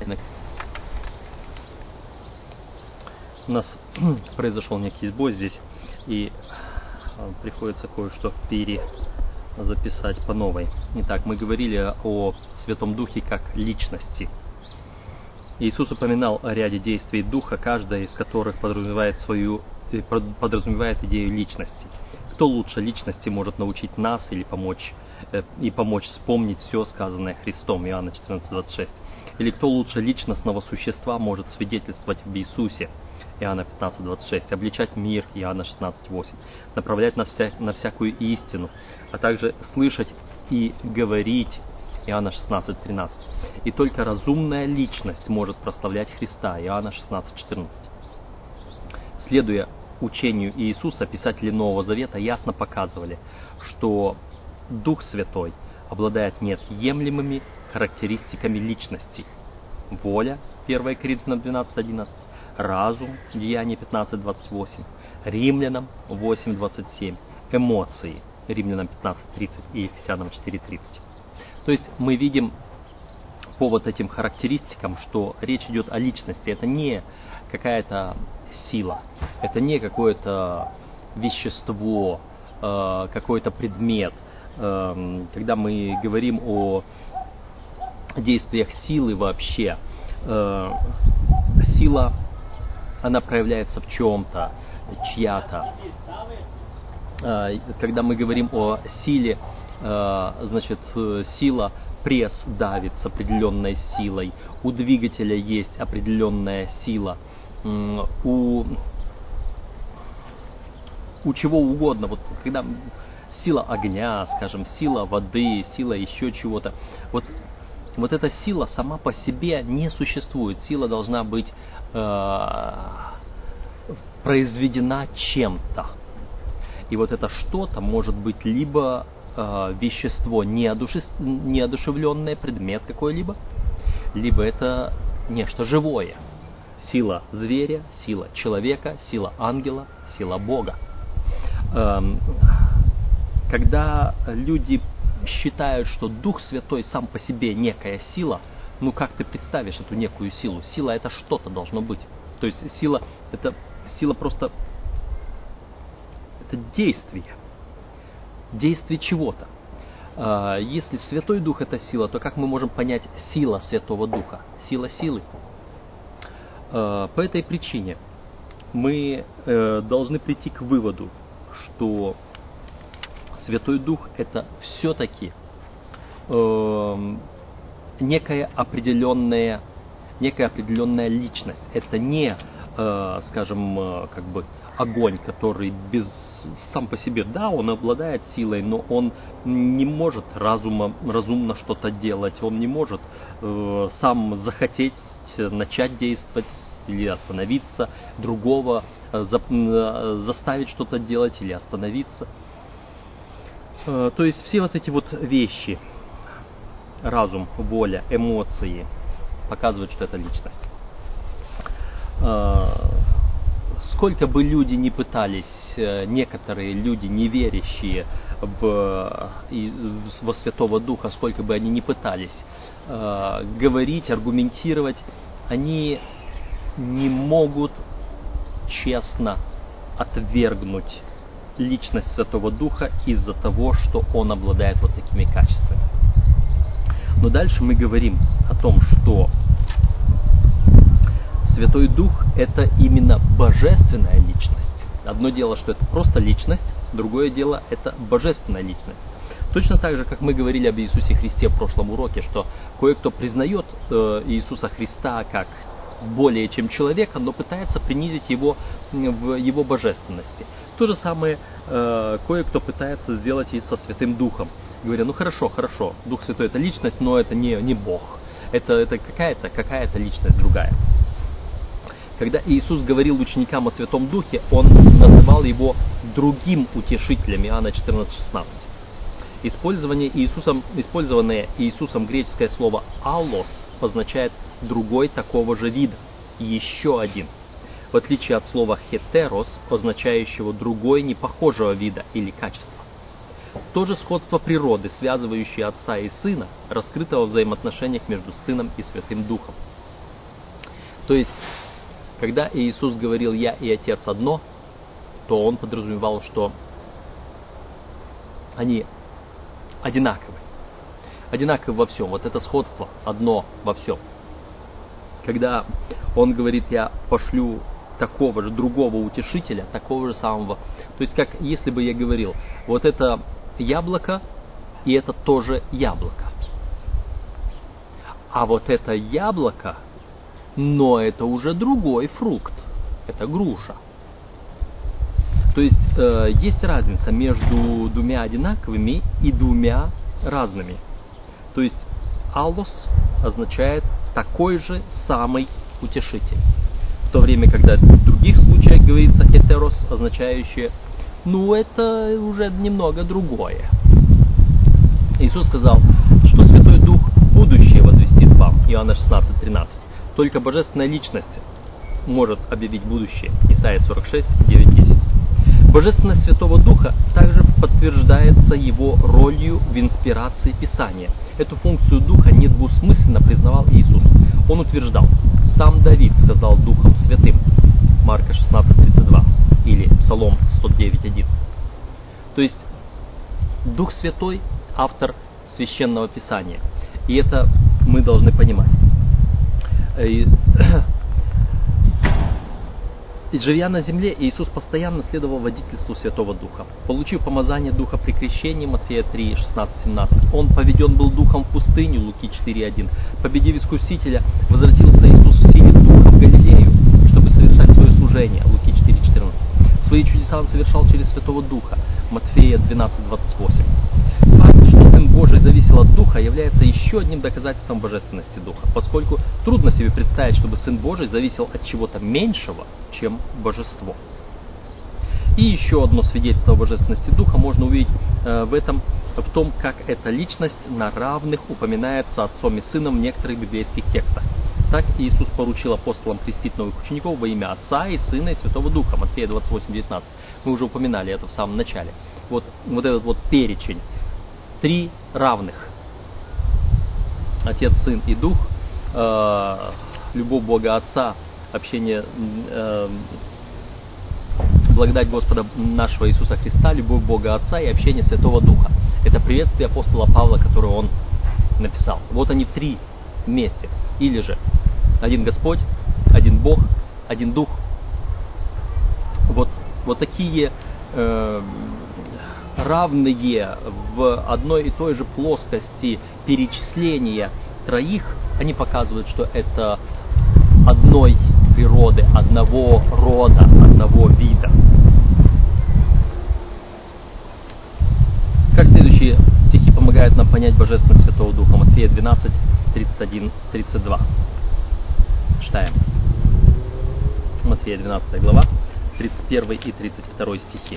У нас произошел некий сбой здесь, и приходится кое-что перезаписать по новой. Итак, мы говорили о Святом Духе как личности. Иисус упоминал о ряде действий Духа, каждая из которых подразумевает свою подразумевает идею личности. Кто лучше личности может научить нас или помочь э, и помочь вспомнить все сказанное Христом, Иоанна четырнадцать двадцать шесть. Или кто лучше личностного существа может свидетельствовать в Иисусе, Иоанна пятнадцать двадцать шесть, обличать мир, Иоанна шестнадцать восемь, направлять на, вся, на всякую истину, а также слышать и говорить, Иоанна шестнадцать тринадцать. И только разумная личность может прославлять Христа, Иоанна шестнадцать четырнадцать. Следуя учению Иисуса, писатели Нового Завета ясно показывали, что Дух Святой обладает неотъемлемыми характеристиками личности. Воля, первое Коринфянам двенадцать одиннадцать, разум, Деяния пятнадцать двадцать восемь, Римлянам восемь двадцать семь, эмоции, Римлянам пятнадцать тридцать и Ефесянам четыре тридцать. То есть мы видим по вот этим характеристикам, что речь идет о личности. Это не какая-то сила, это не какое-то вещество, какой-то предмет. Когда мы говорим о действиях силы вообще, сила, она проявляется в чем-то, чья-то. Когда мы говорим о силе, значит, сила, пресс давит с определенной силой, у двигателя есть определенная сила, у, у чего угодно, вот когда сила огня, скажем, сила воды, сила еще чего-то, вот, вот эта сила сама по себе не существует, сила должна быть э, произведена чем-то, и вот это что-то может быть либо э, вещество неодушев... неодушевленное, предмет какой-либо, либо это нечто живое. Сила зверя, сила человека, сила ангела, сила Бога. Когда люди считают, что Дух Святой сам по себе некая сила, ну как ты представишь эту некую силу? Сила это что-то должно быть. То есть сила это сила просто это действие. Действие чего-то. Если Святой Дух это сила, то как мы можем понять сила Святого Духа? Сила силы. По этой причине мы должны прийти к выводу, что Святой Дух это все-таки некая определенная, некая определенная личность. Это не, скажем, как бы огонь, который без сам по себе, да, он обладает силой, но он не может разума, разумно что-то делать, он не может э, сам захотеть начать действовать или остановиться, другого э, за, э, заставить что-то делать или остановиться. Э, то есть все вот эти вот вещи, разум, воля, эмоции, показывают, что это личность. Э, Сколько бы люди ни пытались, некоторые люди, неверящие в, во Святого Духа, сколько бы они ни пытались э, говорить, аргументировать, они не могут честно отвергнуть личность Святого Духа из-за того, что Он обладает вот такими качествами. Но дальше мы говорим о том, что Святой Дух – это именно божественная личность. Одно дело, что это просто личность, другое дело – это божественная личность. Точно так же, как мы говорили об Иисусе Христе в прошлом уроке, что кое-кто признает э, Иисуса Христа как более чем человека, но пытается принизить его в его божественности. То же самое э, кое-кто пытается сделать и со Святым Духом. Говоря, ну хорошо, хорошо, Дух Святой – это личность, но это не, не Бог. Это, это какая-то, какая-то личность другая. Когда Иисус говорил ученикам о Святом Духе, Он называл его другим утешителем, Иоанна четырнадцать шестнадцать. Использование Иисусом, использованное Иисусом греческое слово «аллос» означает «другой такого же вида», «еще один», в отличие от слова «хетерос», означающего «другой непохожего вида» или «качества». То же сходство природы, связывающее Отца и Сына, раскрыто во взаимоотношениях между Сыном и Святым Духом. То есть, когда Иисус говорил «Я и Отец одно», то Он подразумевал, что они одинаковы. Одинаковы во всем. Вот это сходство одно во всем. Когда Он говорит «Я пошлю такого же, другого утешителя», такого же самого. То есть, как если бы я говорил, вот это яблоко, и это тоже яблоко. А вот это яблоко, но это уже другой фрукт, это груша. То есть э, есть разница между двумя одинаковыми и двумя разными. То есть аллос означает такой же самый утешитель. В то время, когда в других случаях говорится хетерос, означающее, ну это уже немного другое. Иисус сказал, что Святой Дух будущее возвестит вам, Иоанна шестнадцать тринадцать. Только божественная личность может объявить будущее. Исайя сорок шесть девять десять. Божественность Святого Духа также подтверждается его ролью в инспирации Писания. Эту функцию Духа недвусмысленно признавал Иисус. Он утверждал: «Сам Давид сказал Духом Святым» Марка шестнадцать тридцать два или Псалом сто девять один. То есть Дух Святой – автор Священного Писания. И это мы должны понимать. И, и живя на земле, Иисус постоянно следовал водительству Святого Духа. Получив помазание Духа при крещении, Матфея три шестнадцать семнадцать, Он поведен был Духом в пустыню, Луки четыре один. Победив искусителя, возвратился Иисус в силе Духа в Галилею, чтобы совершать свое служение, Луки четыре четырнадцать. Свои чудеса Он совершал через Святого Духа, Матфея двенадцать двадцать восемь. Факт, что Сын Божий зависел от Духа, является еще одним доказательством божественности Духа, поскольку трудно себе представить, чтобы Сын Божий зависел от чего-то меньшего, чем божество. И еще одно свидетельство о божественности Духа можно увидеть э, в этом, в том, как эта личность на равных упоминается Отцом и Сыном в некоторых библейских текстах. Так Иисус поручил апостолам крестить новых учеников во имя Отца и Сына и Святого Духа. Матфея двадцать восемь девятнадцать. Мы уже упоминали это в самом начале. Вот, вот этот вот перечень. Три равных. Отец, Сын и Дух. Э, любовь Бога Отца. Общение, э, благодать Господа нашего Иисуса Христа. Любовь Бога Отца и общение Святого Духа. Это приветствие апостола Павла, которое он написал. Вот они три вместе. Или же один Господь, один Бог, один Дух. Вот, вот такие э, равные в одной и той же плоскости перечисления троих, они показывают, что это одной природы, одного рода, одного вида. помогают нам понять Божественность Святого Духа. Матфея двенадцать, тридцать один, тридцать два. Читаем. Матфея двенадцатая глава, тридцать первый и тридцать второй стихи.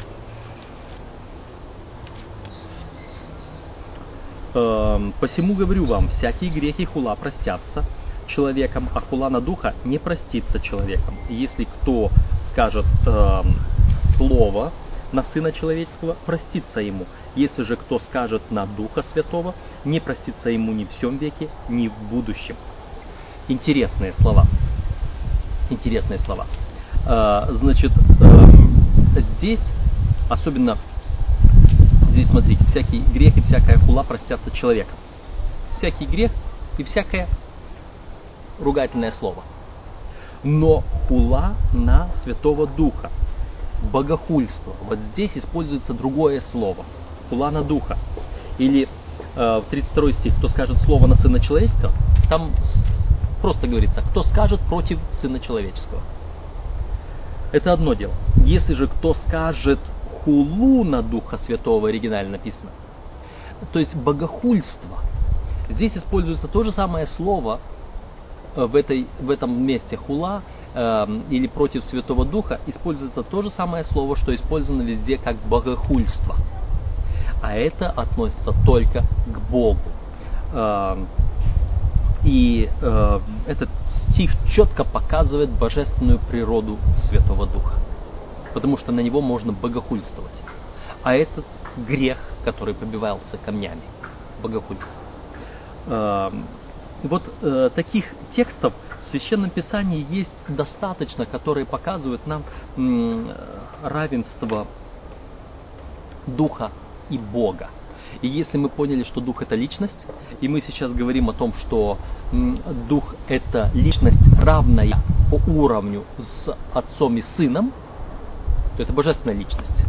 «Посему говорю вам, всякие грехи хула простятся человеком, а хула на духа не простится человеком. И если кто скажет э, слово на Сына Человеческого, простится ему. Если же кто скажет на Духа Святого, не простится ему ни в сем веке, ни в будущем». Интересные слова. Интересные слова. Э, значит, э, здесь, особенно здесь, смотрите, всякий грех и всякая хула простятся человеком. Всякий грех и всякое ругательное слово. Но хула на Святого Духа, богохульство. Вот здесь используется другое слово. Хула на Духа. Или э, в тридцать второй стих, кто скажет слово на Сына Человеческого, там просто говорится, кто скажет против Сына Человеческого. Это одно дело. Если же кто скажет хулу на Духа Святого, в оригинале написано, то есть богохульство. Здесь используется то же самое слово в, этой, в этом месте хула э, или против Святого Духа, используется то же самое слово, что использовано везде как богохульство. А это относится только к Богу. Э, и э, этот стих четко показывает божественную природу Святого Духа. Потому что на него можно богохульствовать. А этот грех, который побивался камнями. Богохульство. Э, вот э, таких текстов в Священном Писании есть достаточно, которые показывают нам м, равенство Духа и Бога. И если мы поняли, что Дух это личность, и мы сейчас говорим о том, что м, Дух это личность, равная по уровню с Отцом и Сыном, то это божественная личность.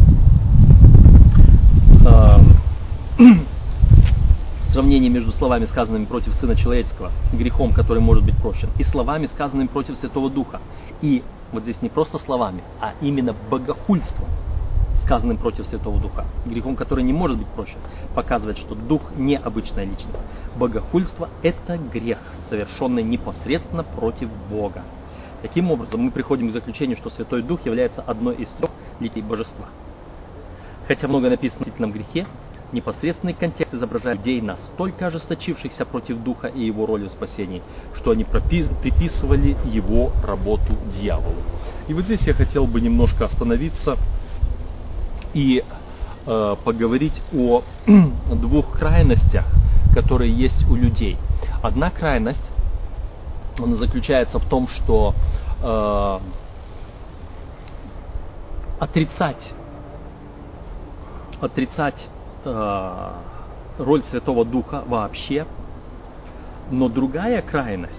Сравнение между словами, сказанными против Сына Человеческого, грехом, который может быть прощен, и словами, сказанными против Святого Духа. И вот здесь не просто словами, а именно богохульством, сказанным против Святого Духа, грехом, который не может быть прощен, показывает, что Дух не обычная личность. Богохульство – это грех, совершенный непосредственно против Бога. Таким образом, мы приходим к заключению, что Святой Дух является одной из трех литий Божества. Хотя много написано о действительном грехе, непосредственный контекст изображает людей, настолько ожесточившихся против Духа и его роли в спасении, что они приписывали его работу дьяволу. И вот здесь я хотел бы немножко остановиться и э, поговорить о двух крайностях, которые есть у людей. Одна крайность, она заключается в том, что э, отрицать, отрицать э, роль Святого Духа вообще, но другая крайность,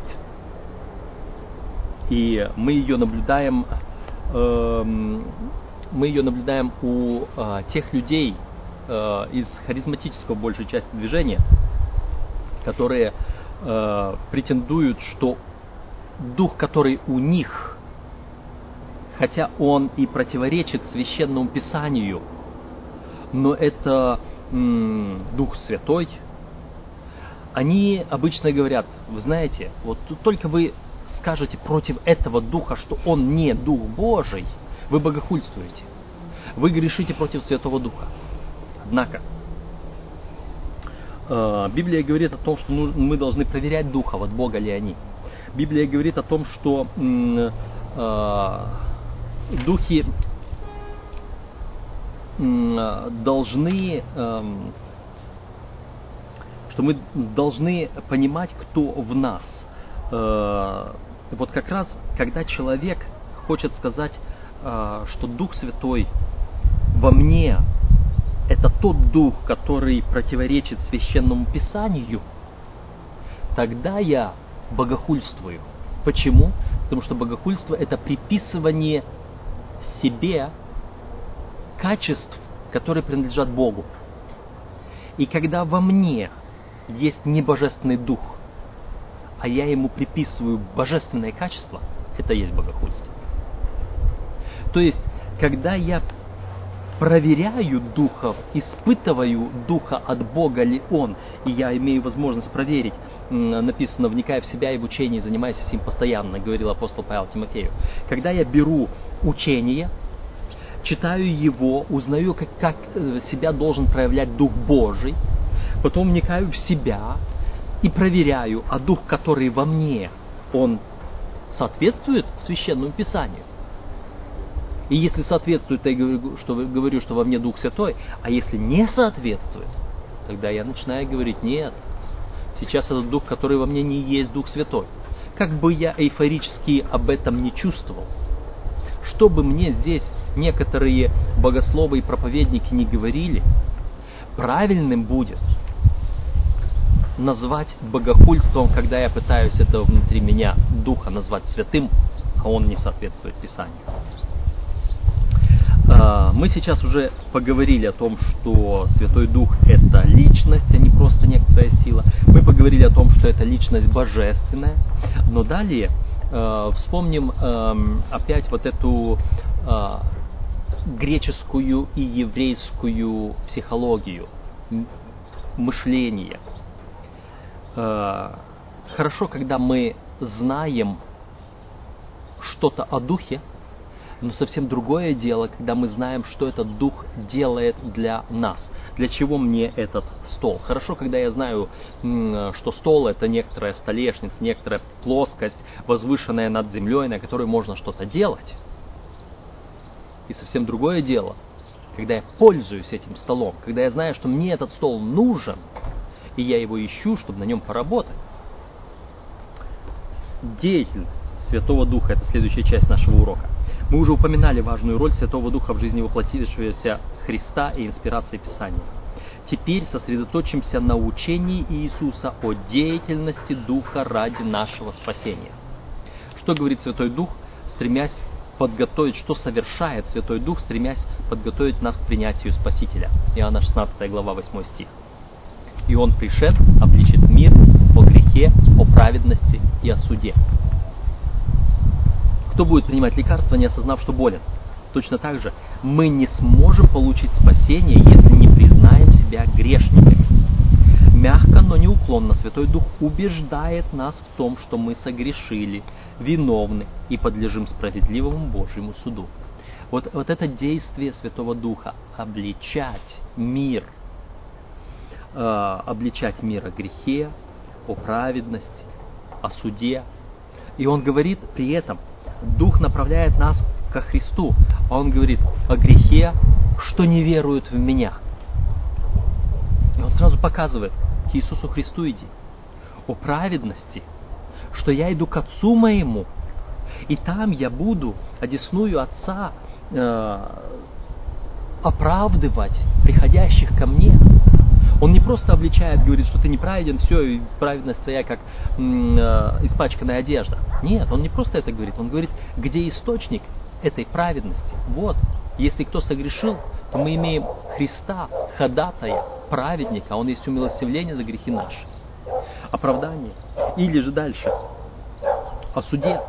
и мы ее наблюдаем, э, мы ее наблюдаем у э, тех людей э, из харизматического большей части движения, которые э, претендуют, что дух, который у них, хотя он и противоречит Священному Писанию, но это м, Дух Святой, они обычно говорят, вы знаете, вот только вы скажете против этого Духа, что он не Дух Божий, вы богохульствуете, вы грешите против Святого Духа. Однако, э, Библия говорит о том, что мы должны проверять духов, от Бога ли они. Библия говорит о том, что м, э, духи м, должны, э, что мы должны понимать, кто в нас. Э, вот как раз, когда человек хочет сказать, э, что Дух Святой во мне, это тот дух, который противоречит Священному Писанию, тогда я богохульствую. Почему? Потому что богохульство – это приписывание себе качеств, которые принадлежат Богу. И когда во мне есть не божественный дух, а я ему приписываю божественное качество, это есть богохульство. То есть, когда я проверяю духов, испытываю духа от Бога ли он, и я имею возможность проверить. Написано, вникая в себя и в учение, занимайся им постоянно, говорил апостол Павел Тимофею. Когда я беру учение, читаю его, узнаю, как, как себя должен проявлять Дух Божий, потом вникаю в себя и проверяю, а Дух, который во мне, он соответствует Священному Писанию. И если соответствует, то я говорю, что, говорю, что во мне Дух Святой, а если не соответствует, тогда я начинаю говорить, нет, сейчас этот Дух, который во мне, не есть Дух Святой. Как бы я эйфорически об этом не чувствовал, что бы мне здесь некоторые богословы и проповедники не говорили, правильным будет назвать богохульством, когда я пытаюсь этого внутри меня Духа назвать святым, а он не соответствует Писанию. Мы сейчас уже поговорили о том, что Святой Дух – это личность, а не просто некоторая сила. Мы поговорили о том, что это личность божественная. Но далее э, вспомним э, опять вот эту э, греческую и еврейскую психологию, мышление. Э, хорошо, когда мы знаем что-то о Духе, но совсем другое дело, когда мы знаем, что этот Дух делает для нас. Для чего мне этот стол? Хорошо, когда я знаю, что стол – это некоторая столешница, некоторая плоскость, возвышенная над землей, на которой можно что-то делать. И совсем другое дело, когда я пользуюсь этим столом, когда я знаю, что мне этот стол нужен, и я его ищу, чтобы на нем поработать. Деятельность Святого Духа – это следующая часть нашего урока. Мы уже упоминали важную роль Святого Духа в жизни воплотившегося Христа и инспирации Писания. Теперь сосредоточимся на учении Иисуса о деятельности Духа ради нашего спасения. Что говорит Святой Дух, стремясь подготовить, что совершает Святой Дух, стремясь подготовить нас к принятию Спасителя. Иоанна шестнадцатая глава, восьмой стих. «И Он пришед, обличит мир о грехе, о праведности и о суде». Кто будет принимать лекарства, не осознав, что болен? Точно так же мы не сможем получить спасение, если не признаем себя грешниками. Мягко, но неуклонно Святой Дух убеждает нас в том, что мы согрешили, виновны и подлежим справедливому Божьему суду. Вот, вот это действие Святого Духа – обличать мир, э, обличать мир о грехе, о праведности, о суде. И он говорит при этом, Дух направляет нас ко Христу, а Он говорит о грехе, что не веруют в Меня. И Он сразу показывает, к Иисусу Христу иди. О праведности, что я иду к Отцу моему, и там я буду одесную Отца э, оправдывать приходящих ко мне. Он не просто обличает, говорит, что ты неправеден, все, и праведность твоя как м, э, испачканная одежда. Нет, он не просто это говорит, он говорит, где источник этой праведности. Вот, если кто согрешил, то мы имеем Христа, ходатая, праведника, он есть умилостивление за грехи наши. Оправдание. Или же дальше, о суде.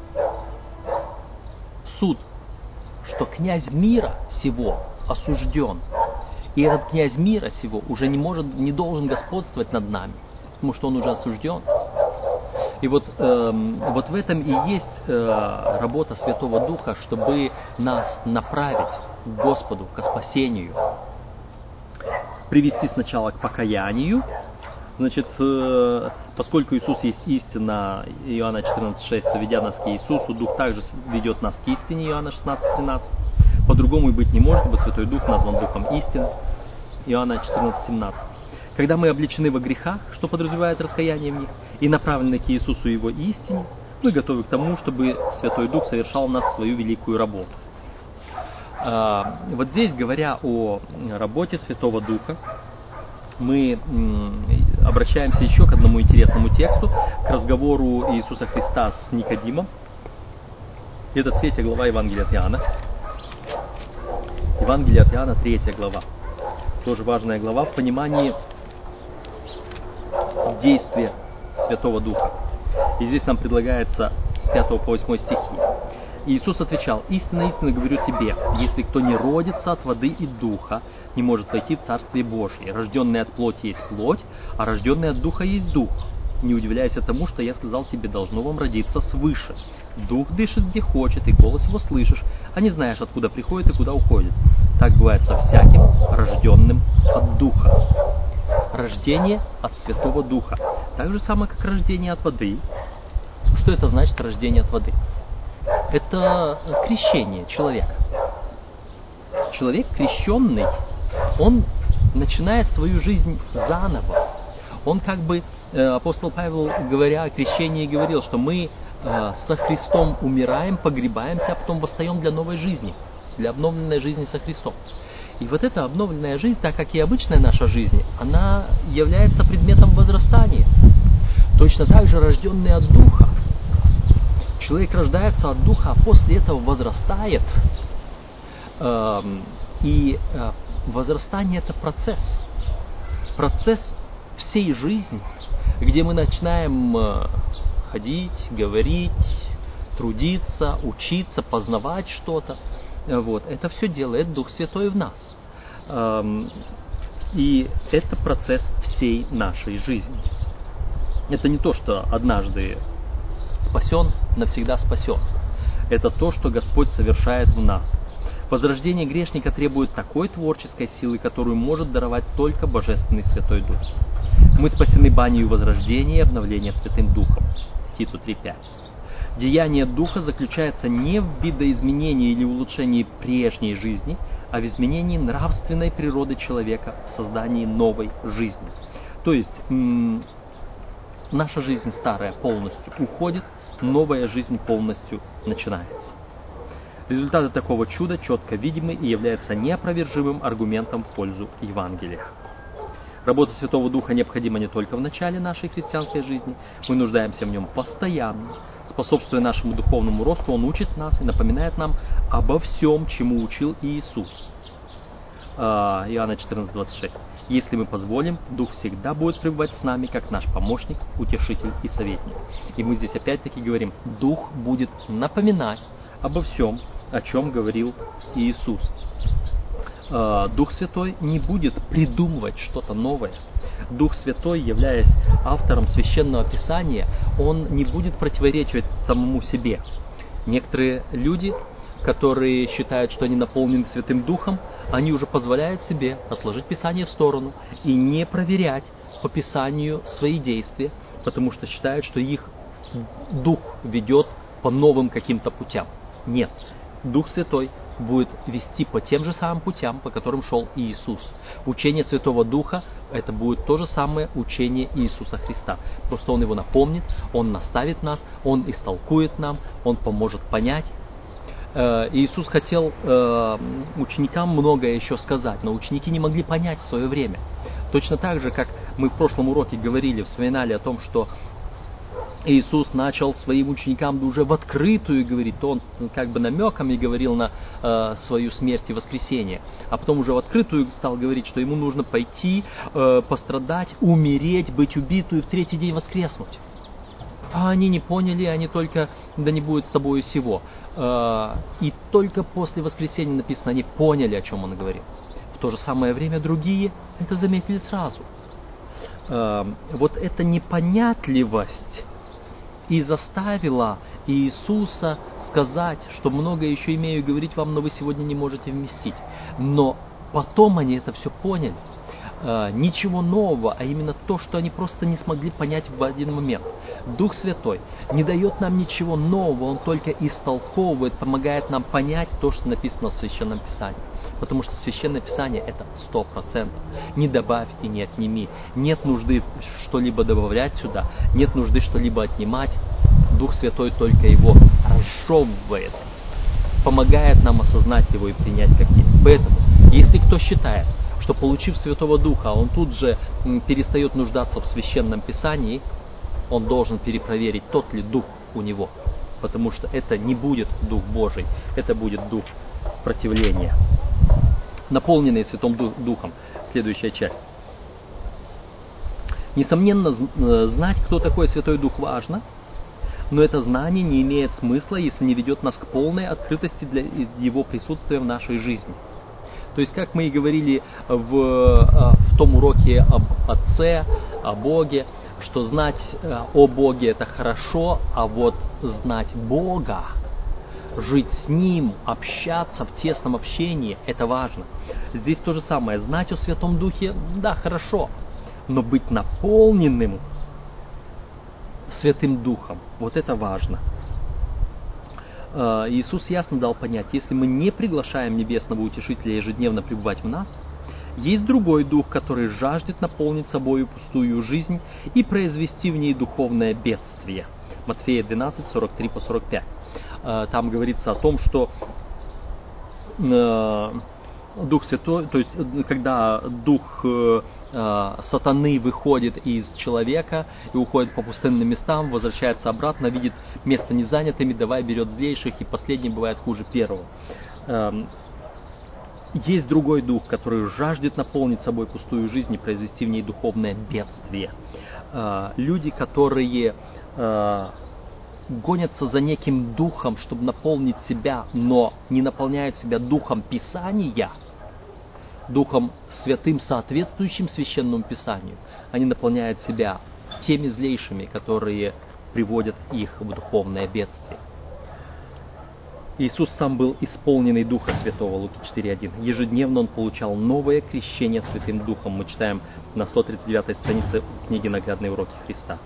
Суд, что князь мира сего осужден. И этот князь мира сего уже не может, не должен господствовать над нами, потому что он уже осужден. И вот, э, вот в этом и есть э, работа Святого Духа, чтобы нас направить к Господу, к спасению. Привести сначала к покаянию. Значит, э, поскольку Иисус есть истина, Иоанна четырнадцать шесть, то ведя нас к Иисусу, Дух также ведет нас к истине, Иоанна шестнадцать семнадцать. По-другому и быть не может, ибо Святой Дух назван Духом истины, Иоанна четырнадцать семнадцать. Когда мы обличены во грехах, что подразумевает раскаяние в них, и направлены к Иисусу и Его истине, мы готовы к тому, чтобы Святой Дух совершал в нас свою великую работу. А, вот здесь, говоря о работе Святого Духа, мы м, обращаемся еще к одному интересному тексту, к разговору Иисуса Христа с Никодимом. Это третья глава Евангелия от Иоанна. Евангелие от Иоанна, третья глава. Тоже важная глава в понимании действия Святого Духа. И здесь нам предлагается с пятого по восьмой стихи. И Иисус отвечал: истинно, истинно говорю тебе, если кто не родится от воды и духа, не может войти в Царствие Божие. Рожденный от плоти есть плоть, а рожденный от духа есть дух. Не удивляйся тому, что я сказал тебе, должно вам родиться свыше. Дух дышит где хочет, и голос его слышишь, а не знаешь, откуда приходит и куда уходит. Так бывает со всяким, рожденным от духа. Рождение от Святого Духа. Так же самое, как рождение от воды. Что это значит рождение от воды? Это крещение человека. Человек крещенный, он начинает свою жизнь заново. Он как бы, апостол Павел, говоря о крещении, говорил, что мы со Христом умираем, погребаемся, а потом восстаем для новой жизни, для обновленной жизни со Христом. И вот эта обновленная жизнь, так как и обычная наша жизнь, она является предметом возрастания. Точно так же рожденный от Духа. Человек рождается от Духа, а после этого возрастает. И возрастание – это процесс. Процесс всей жизни, где мы начинаем ходить, говорить, трудиться, учиться, познавать что-то. Вот. Это все делает Дух Святой в нас. И это процесс всей нашей жизни. Это не то, что однажды спасен, навсегда спасен. Это то, что Господь совершает в нас. Возрождение грешника требует такой творческой силы, которую может даровать только Божественный Святой Дух. Мы спасены банию возрождения и обновления Святым Духом. Титу три пять. Деяние Духа заключается не в видоизменении или улучшении прежней жизни, а в изменении нравственной природы человека, в создании новой жизни. То есть, м- наша жизнь старая полностью уходит, новая жизнь полностью начинается. Результаты такого чуда четко видимы и являются неопровержимым аргументом в пользу Евангелия. Работа Святого Духа необходима не только в начале нашей христианской жизни, мы нуждаемся в нем постоянно. Способствуя нашему духовному росту, Он учит нас и напоминает нам обо всем, чему учил Иисус. Иоанна четырнадцать двадцать шесть. Если мы позволим, Дух всегда будет пребывать с нами, как наш помощник, утешитель и советник. И мы здесь опять-таки говорим, Дух будет напоминать обо всем, о чем говорил Иисус. Дух Святой не будет придумывать что-то новое. Дух Святой, являясь автором Священного Писания, он не будет противоречивать самому себе. Некоторые люди, которые считают, что они наполнены Святым Духом, они уже позволяют себе отложить Писание в сторону и не проверять по Писанию свои действия, потому что считают, что их Дух ведет по новым каким-то путям. Нет. Дух Святой будет вести по тем же самым путям, по которым шел Иисус. Учение Святого Духа – это будет то же самое учение Иисуса Христа. Просто Он его напомнит, Он наставит нас, Он истолкует нам, Он поможет понять. Иисус хотел ученикам многое еще сказать, но ученики не могли понять в свое время. Точно так же, как мы в прошлом уроке говорили, вспоминали о том, что Иисус начал своим ученикам уже в открытую говорить, то Он как бы намеками говорил на э, свою смерть и воскресение, а потом уже в открытую стал говорить, что ему нужно пойти, э, пострадать, умереть, быть убитым и в третий день воскреснуть. А они не поняли, они только, да не будет с тобою сего. Э, и только после воскресения написано, они поняли, о чем Он говорил. В то же самое время другие это заметили сразу. Э, вот эта непонятливость и заставила Иисуса сказать, что многое еще имею говорить вам, но вы сегодня не можете вместить. Но потом они это все поняли. Э, ничего нового, а именно то, что они просто не смогли понять в один момент. Дух Святой не дает нам ничего нового, Он только истолковывает, помогает нам понять то, что написано в Священном Писании. Потому что Священное Писание это сто процентов. Не добавь и не отними. Нет нужды что-либо добавлять сюда, нет нужды что-либо отнимать. Дух Святой только его разжевывает, помогает нам осознать его и принять как есть. Поэтому, если кто считает, что получив Святого Духа, он тут же перестает нуждаться в Священном Писании, он должен перепроверить, тот ли Дух у него. Потому что это не будет Дух Божий, это будет Дух противления. Наполненные Святым Духом. Следующая часть. Несомненно, знать, кто такой Святой Дух, важно. Но это знание не имеет смысла, если не ведет нас к полной открытости для его присутствия в нашей жизни. То есть, как мы и говорили в, в том уроке об Отце, о Боге, что знать о Боге это хорошо, а вот знать Бога, жить с Ним, общаться в тесном общении, это важно. Здесь то же самое. Знать о Святом Духе, да, хорошо, но быть наполненным Святым Духом, вот это важно. Иисус ясно дал понять, если мы не приглашаем Небесного Утешителя ежедневно пребывать в нас, есть другой Дух, который жаждет наполнить собою пустую жизнь и произвести в ней духовное бедствие. Матфея двенадцать, сорок три по сорок пять. Там говорится о том, что Дух Святой, то есть когда Дух сатаны выходит из человека и уходит по пустынным местам, возвращается обратно, видит место незанятыми, давай берет злейших, и последний бывает хуже первого. Есть другой Дух, который жаждет наполнить собой пустую жизнь и произвести в ней духовное бедствие. Люди, которые гонятся за неким духом, чтобы наполнить себя, но не наполняют себя духом Писания, Духом Святым, соответствующим Священному Писанию, они наполняют себя теми злейшими, которые приводят их в духовное бедствие. Иисус сам был исполненный Духа Святого, Луки четыре один. Ежедневно Он получал новое крещение Святым Духом. Мы читаем на сто тридцать девятой странице книги «Наглядные уроки Христа».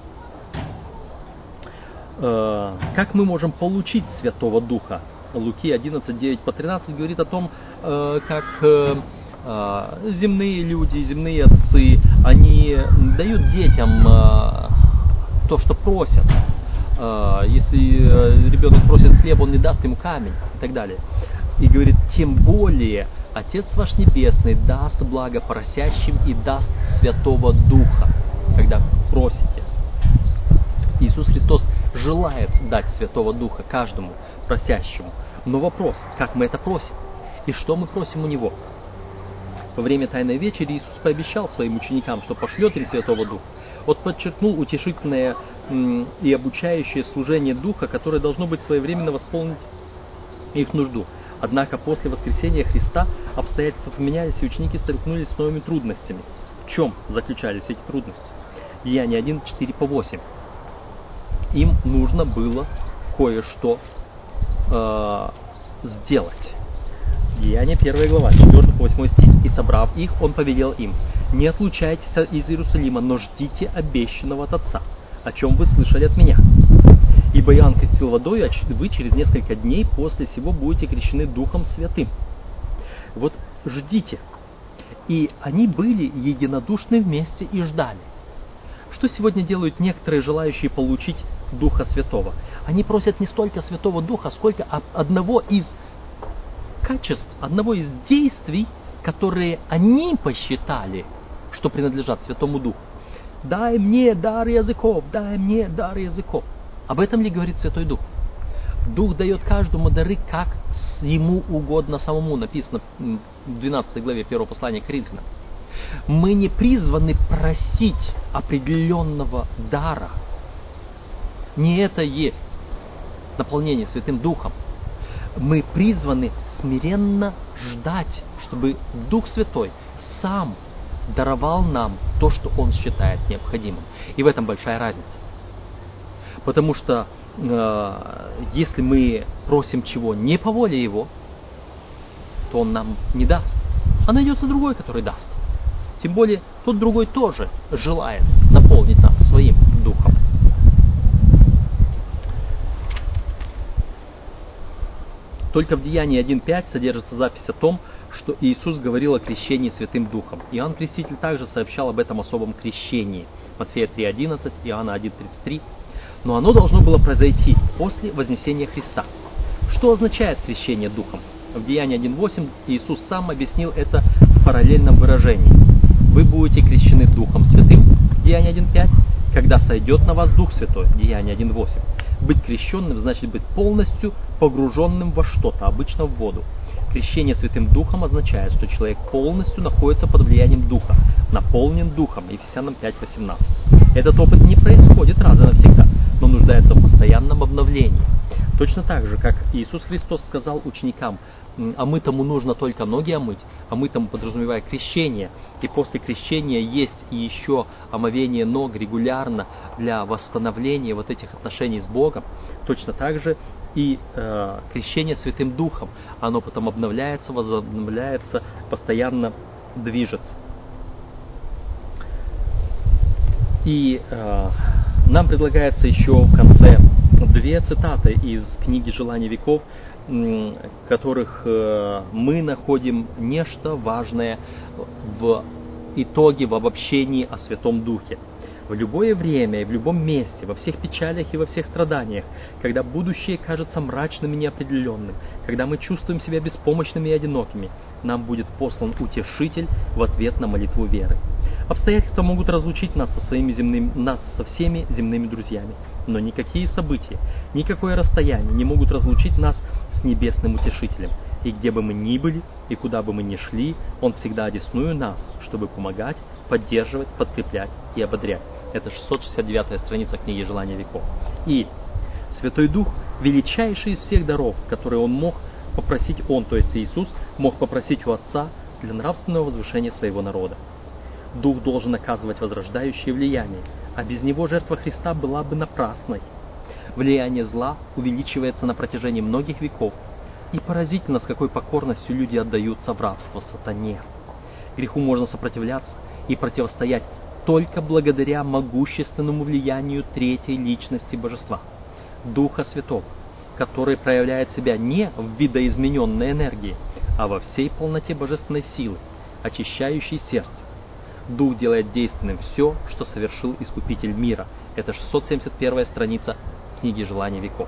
Как мы можем получить Святого Духа? Луки одиннадцать, девять по тринадцать говорит о том, как земные люди, земные отцы, они дают детям то, что просят. Если ребенок просит хлеб, он не даст ему камень и так далее. И говорит, тем более Отец ваш Небесный даст благо просящим и даст Святого Духа, когда просите. Иисус Христос желает дать Святого Духа каждому просящему. Но вопрос, как мы это просим? И что мы просим у Него? Во время Тайной Вечери Иисус пообещал своим ученикам, что пошлет им Святого Духа. Он подчеркнул утешительное м, и обучающее служение Духа, которое должно быть своевременно восполнить их нужду. Однако после воскресения Христа обстоятельства поменялись, и ученики столкнулись с новыми трудностями. В чем заключались эти трудности? Деяния один, четыре по восемь. Им нужно было кое-что э, сделать. Деяния первая глава, четвёртый по восьмой стих. «И собрав их, он повелел им: не отлучайтесь из Иерусалима, но ждите обещанного от Отца, о чем вы слышали от меня. Ибо Иоанн крестил водой, а вы через несколько дней после сего будете крещены Духом Святым». Вот ждите. И они были единодушны вместе и ждали. Что сегодня делают некоторые, желающие получить Духа Святого? Они просят не столько Святого Духа, сколько одного из качеств, одного из действий, которые они посчитали, что принадлежат Святому Духу. «Дай мне дар языков, дай мне дар языков». Об этом ли говорит Святой Дух? Дух дает каждому дары, как ему угодно самому, написано в двенадцатой главе первого послания к Коринфянам. Мы не призваны просить определенного дара. Не это есть наполнение Святым Духом. Мы призваны смиренно ждать, чтобы Дух Святой сам даровал нам то, что Он считает необходимым. И в этом большая разница. Потому что э, если мы просим чего не по воле Его, то Он нам не даст. А найдется другой, который даст. Тем более, тот другой тоже желает наполнить нас своим Духом. Только в Деянии один пять содержится запись о том, что Иисус говорил о крещении Святым Духом. Иоанн Креститель также сообщал об этом особом крещении. Матфея три одиннадцать, Иоанна один тридцать три. Но оно должно было произойти после вознесения Христа. Что означает крещение Духом? В Деянии один восемь Иисус сам объяснил это в параллельном выражении. Вы будете крещены Духом Святым, Деяние один пять, когда сойдет на вас Дух Святой, Деяние один восемь. Быть крещенным значит быть полностью погруженным во что-то, обычно в воду. Крещение Святым Духом означает, что человек полностью находится под влиянием Духа, наполнен Духом, Ефесянам пять восемнадцать. Этот опыт не происходит раз и навсегда. но нуждается в постоянном обновлении. Точно так же, как Иисус Христос сказал ученикам: а мы-тому нужно только ноги омыть, а мы-тому, подразумевая крещение, и после крещения есть и еще омовение ног регулярно для восстановления вот этих отношений с Богом. Точно так же и э, крещение Святым Духом, оно потом обновляется, возобновляется, постоянно движется. И э, нам предлагается еще в конце две цитаты из книги «Желание веков», в которых э, мы находим нечто важное в итоге, в обобщении о Святом Духе. В любое время и в любом месте, во всех печалях и во всех страданиях, когда будущее кажется мрачным и неопределенным, когда мы чувствуем себя беспомощными и одинокими, нам будет послан утешитель в ответ на молитву веры. Обстоятельства могут разлучить нас со, своими земными, нас со всеми земными друзьями, но никакие события, никакое расстояние не могут разлучить нас с небесным утешителем. И где бы мы ни были, и куда бы мы ни шли, Он всегда одесную нас, чтобы помогать, поддерживать, подкреплять и ободрять. Это шестьсот шестьдесят девятая страница книги «Желание веков». И Святой Дух – величайший из всех даров, которые Он мог попросить, Он, то есть Иисус, мог попросить у Отца для нравственного возвышения своего народа. Дух должен оказывать возрождающее влияние, а без него жертва Христа была бы напрасной. Влияние зла увеличивается на протяжении многих веков, и поразительно, с какой покорностью люди отдаются в рабство сатане. Греху можно сопротивляться и противостоять только благодаря могущественному влиянию третьей личности Божества, Духа Святого, который проявляет себя не в видоизмененной энергии, а во всей полноте божественной силы, очищающей сердце. Дух делает действенным все, что совершил Искупитель мира. Это шестьсот семьдесят первая страница книги «Желание веков».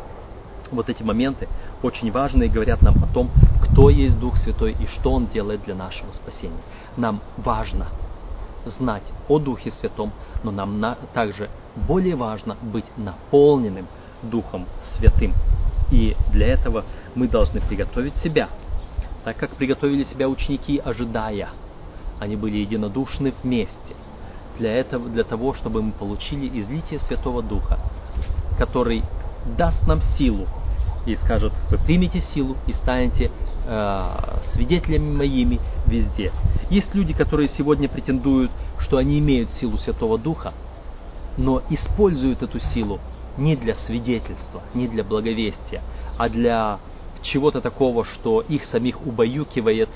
Вот эти моменты очень важны и говорят нам о том, кто есть Дух Святой и что Он делает для нашего спасения. Нам важно знать о Духе Святом, но нам на, также более важно быть наполненным Духом Святым. И для этого мы должны приготовить себя, так как приготовили себя ученики, ожидая. Они были единодушны вместе. Для этого, для того, чтобы мы получили излитие Святого Духа, который даст нам силу и скажет: вы примете силу и станете э, свидетелями моими везде. Есть люди, которые сегодня претендуют, что они имеют силу Святого Духа, но используют эту силу не для свидетельства, не для благовестия, а для чего-то такого, что их самих убаюкивает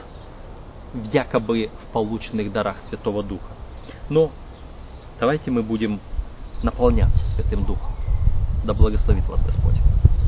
в якобы в полученных дарах Святого Духа. Но давайте мы будем наполняться Святым Духом. Да благословит вас Господь.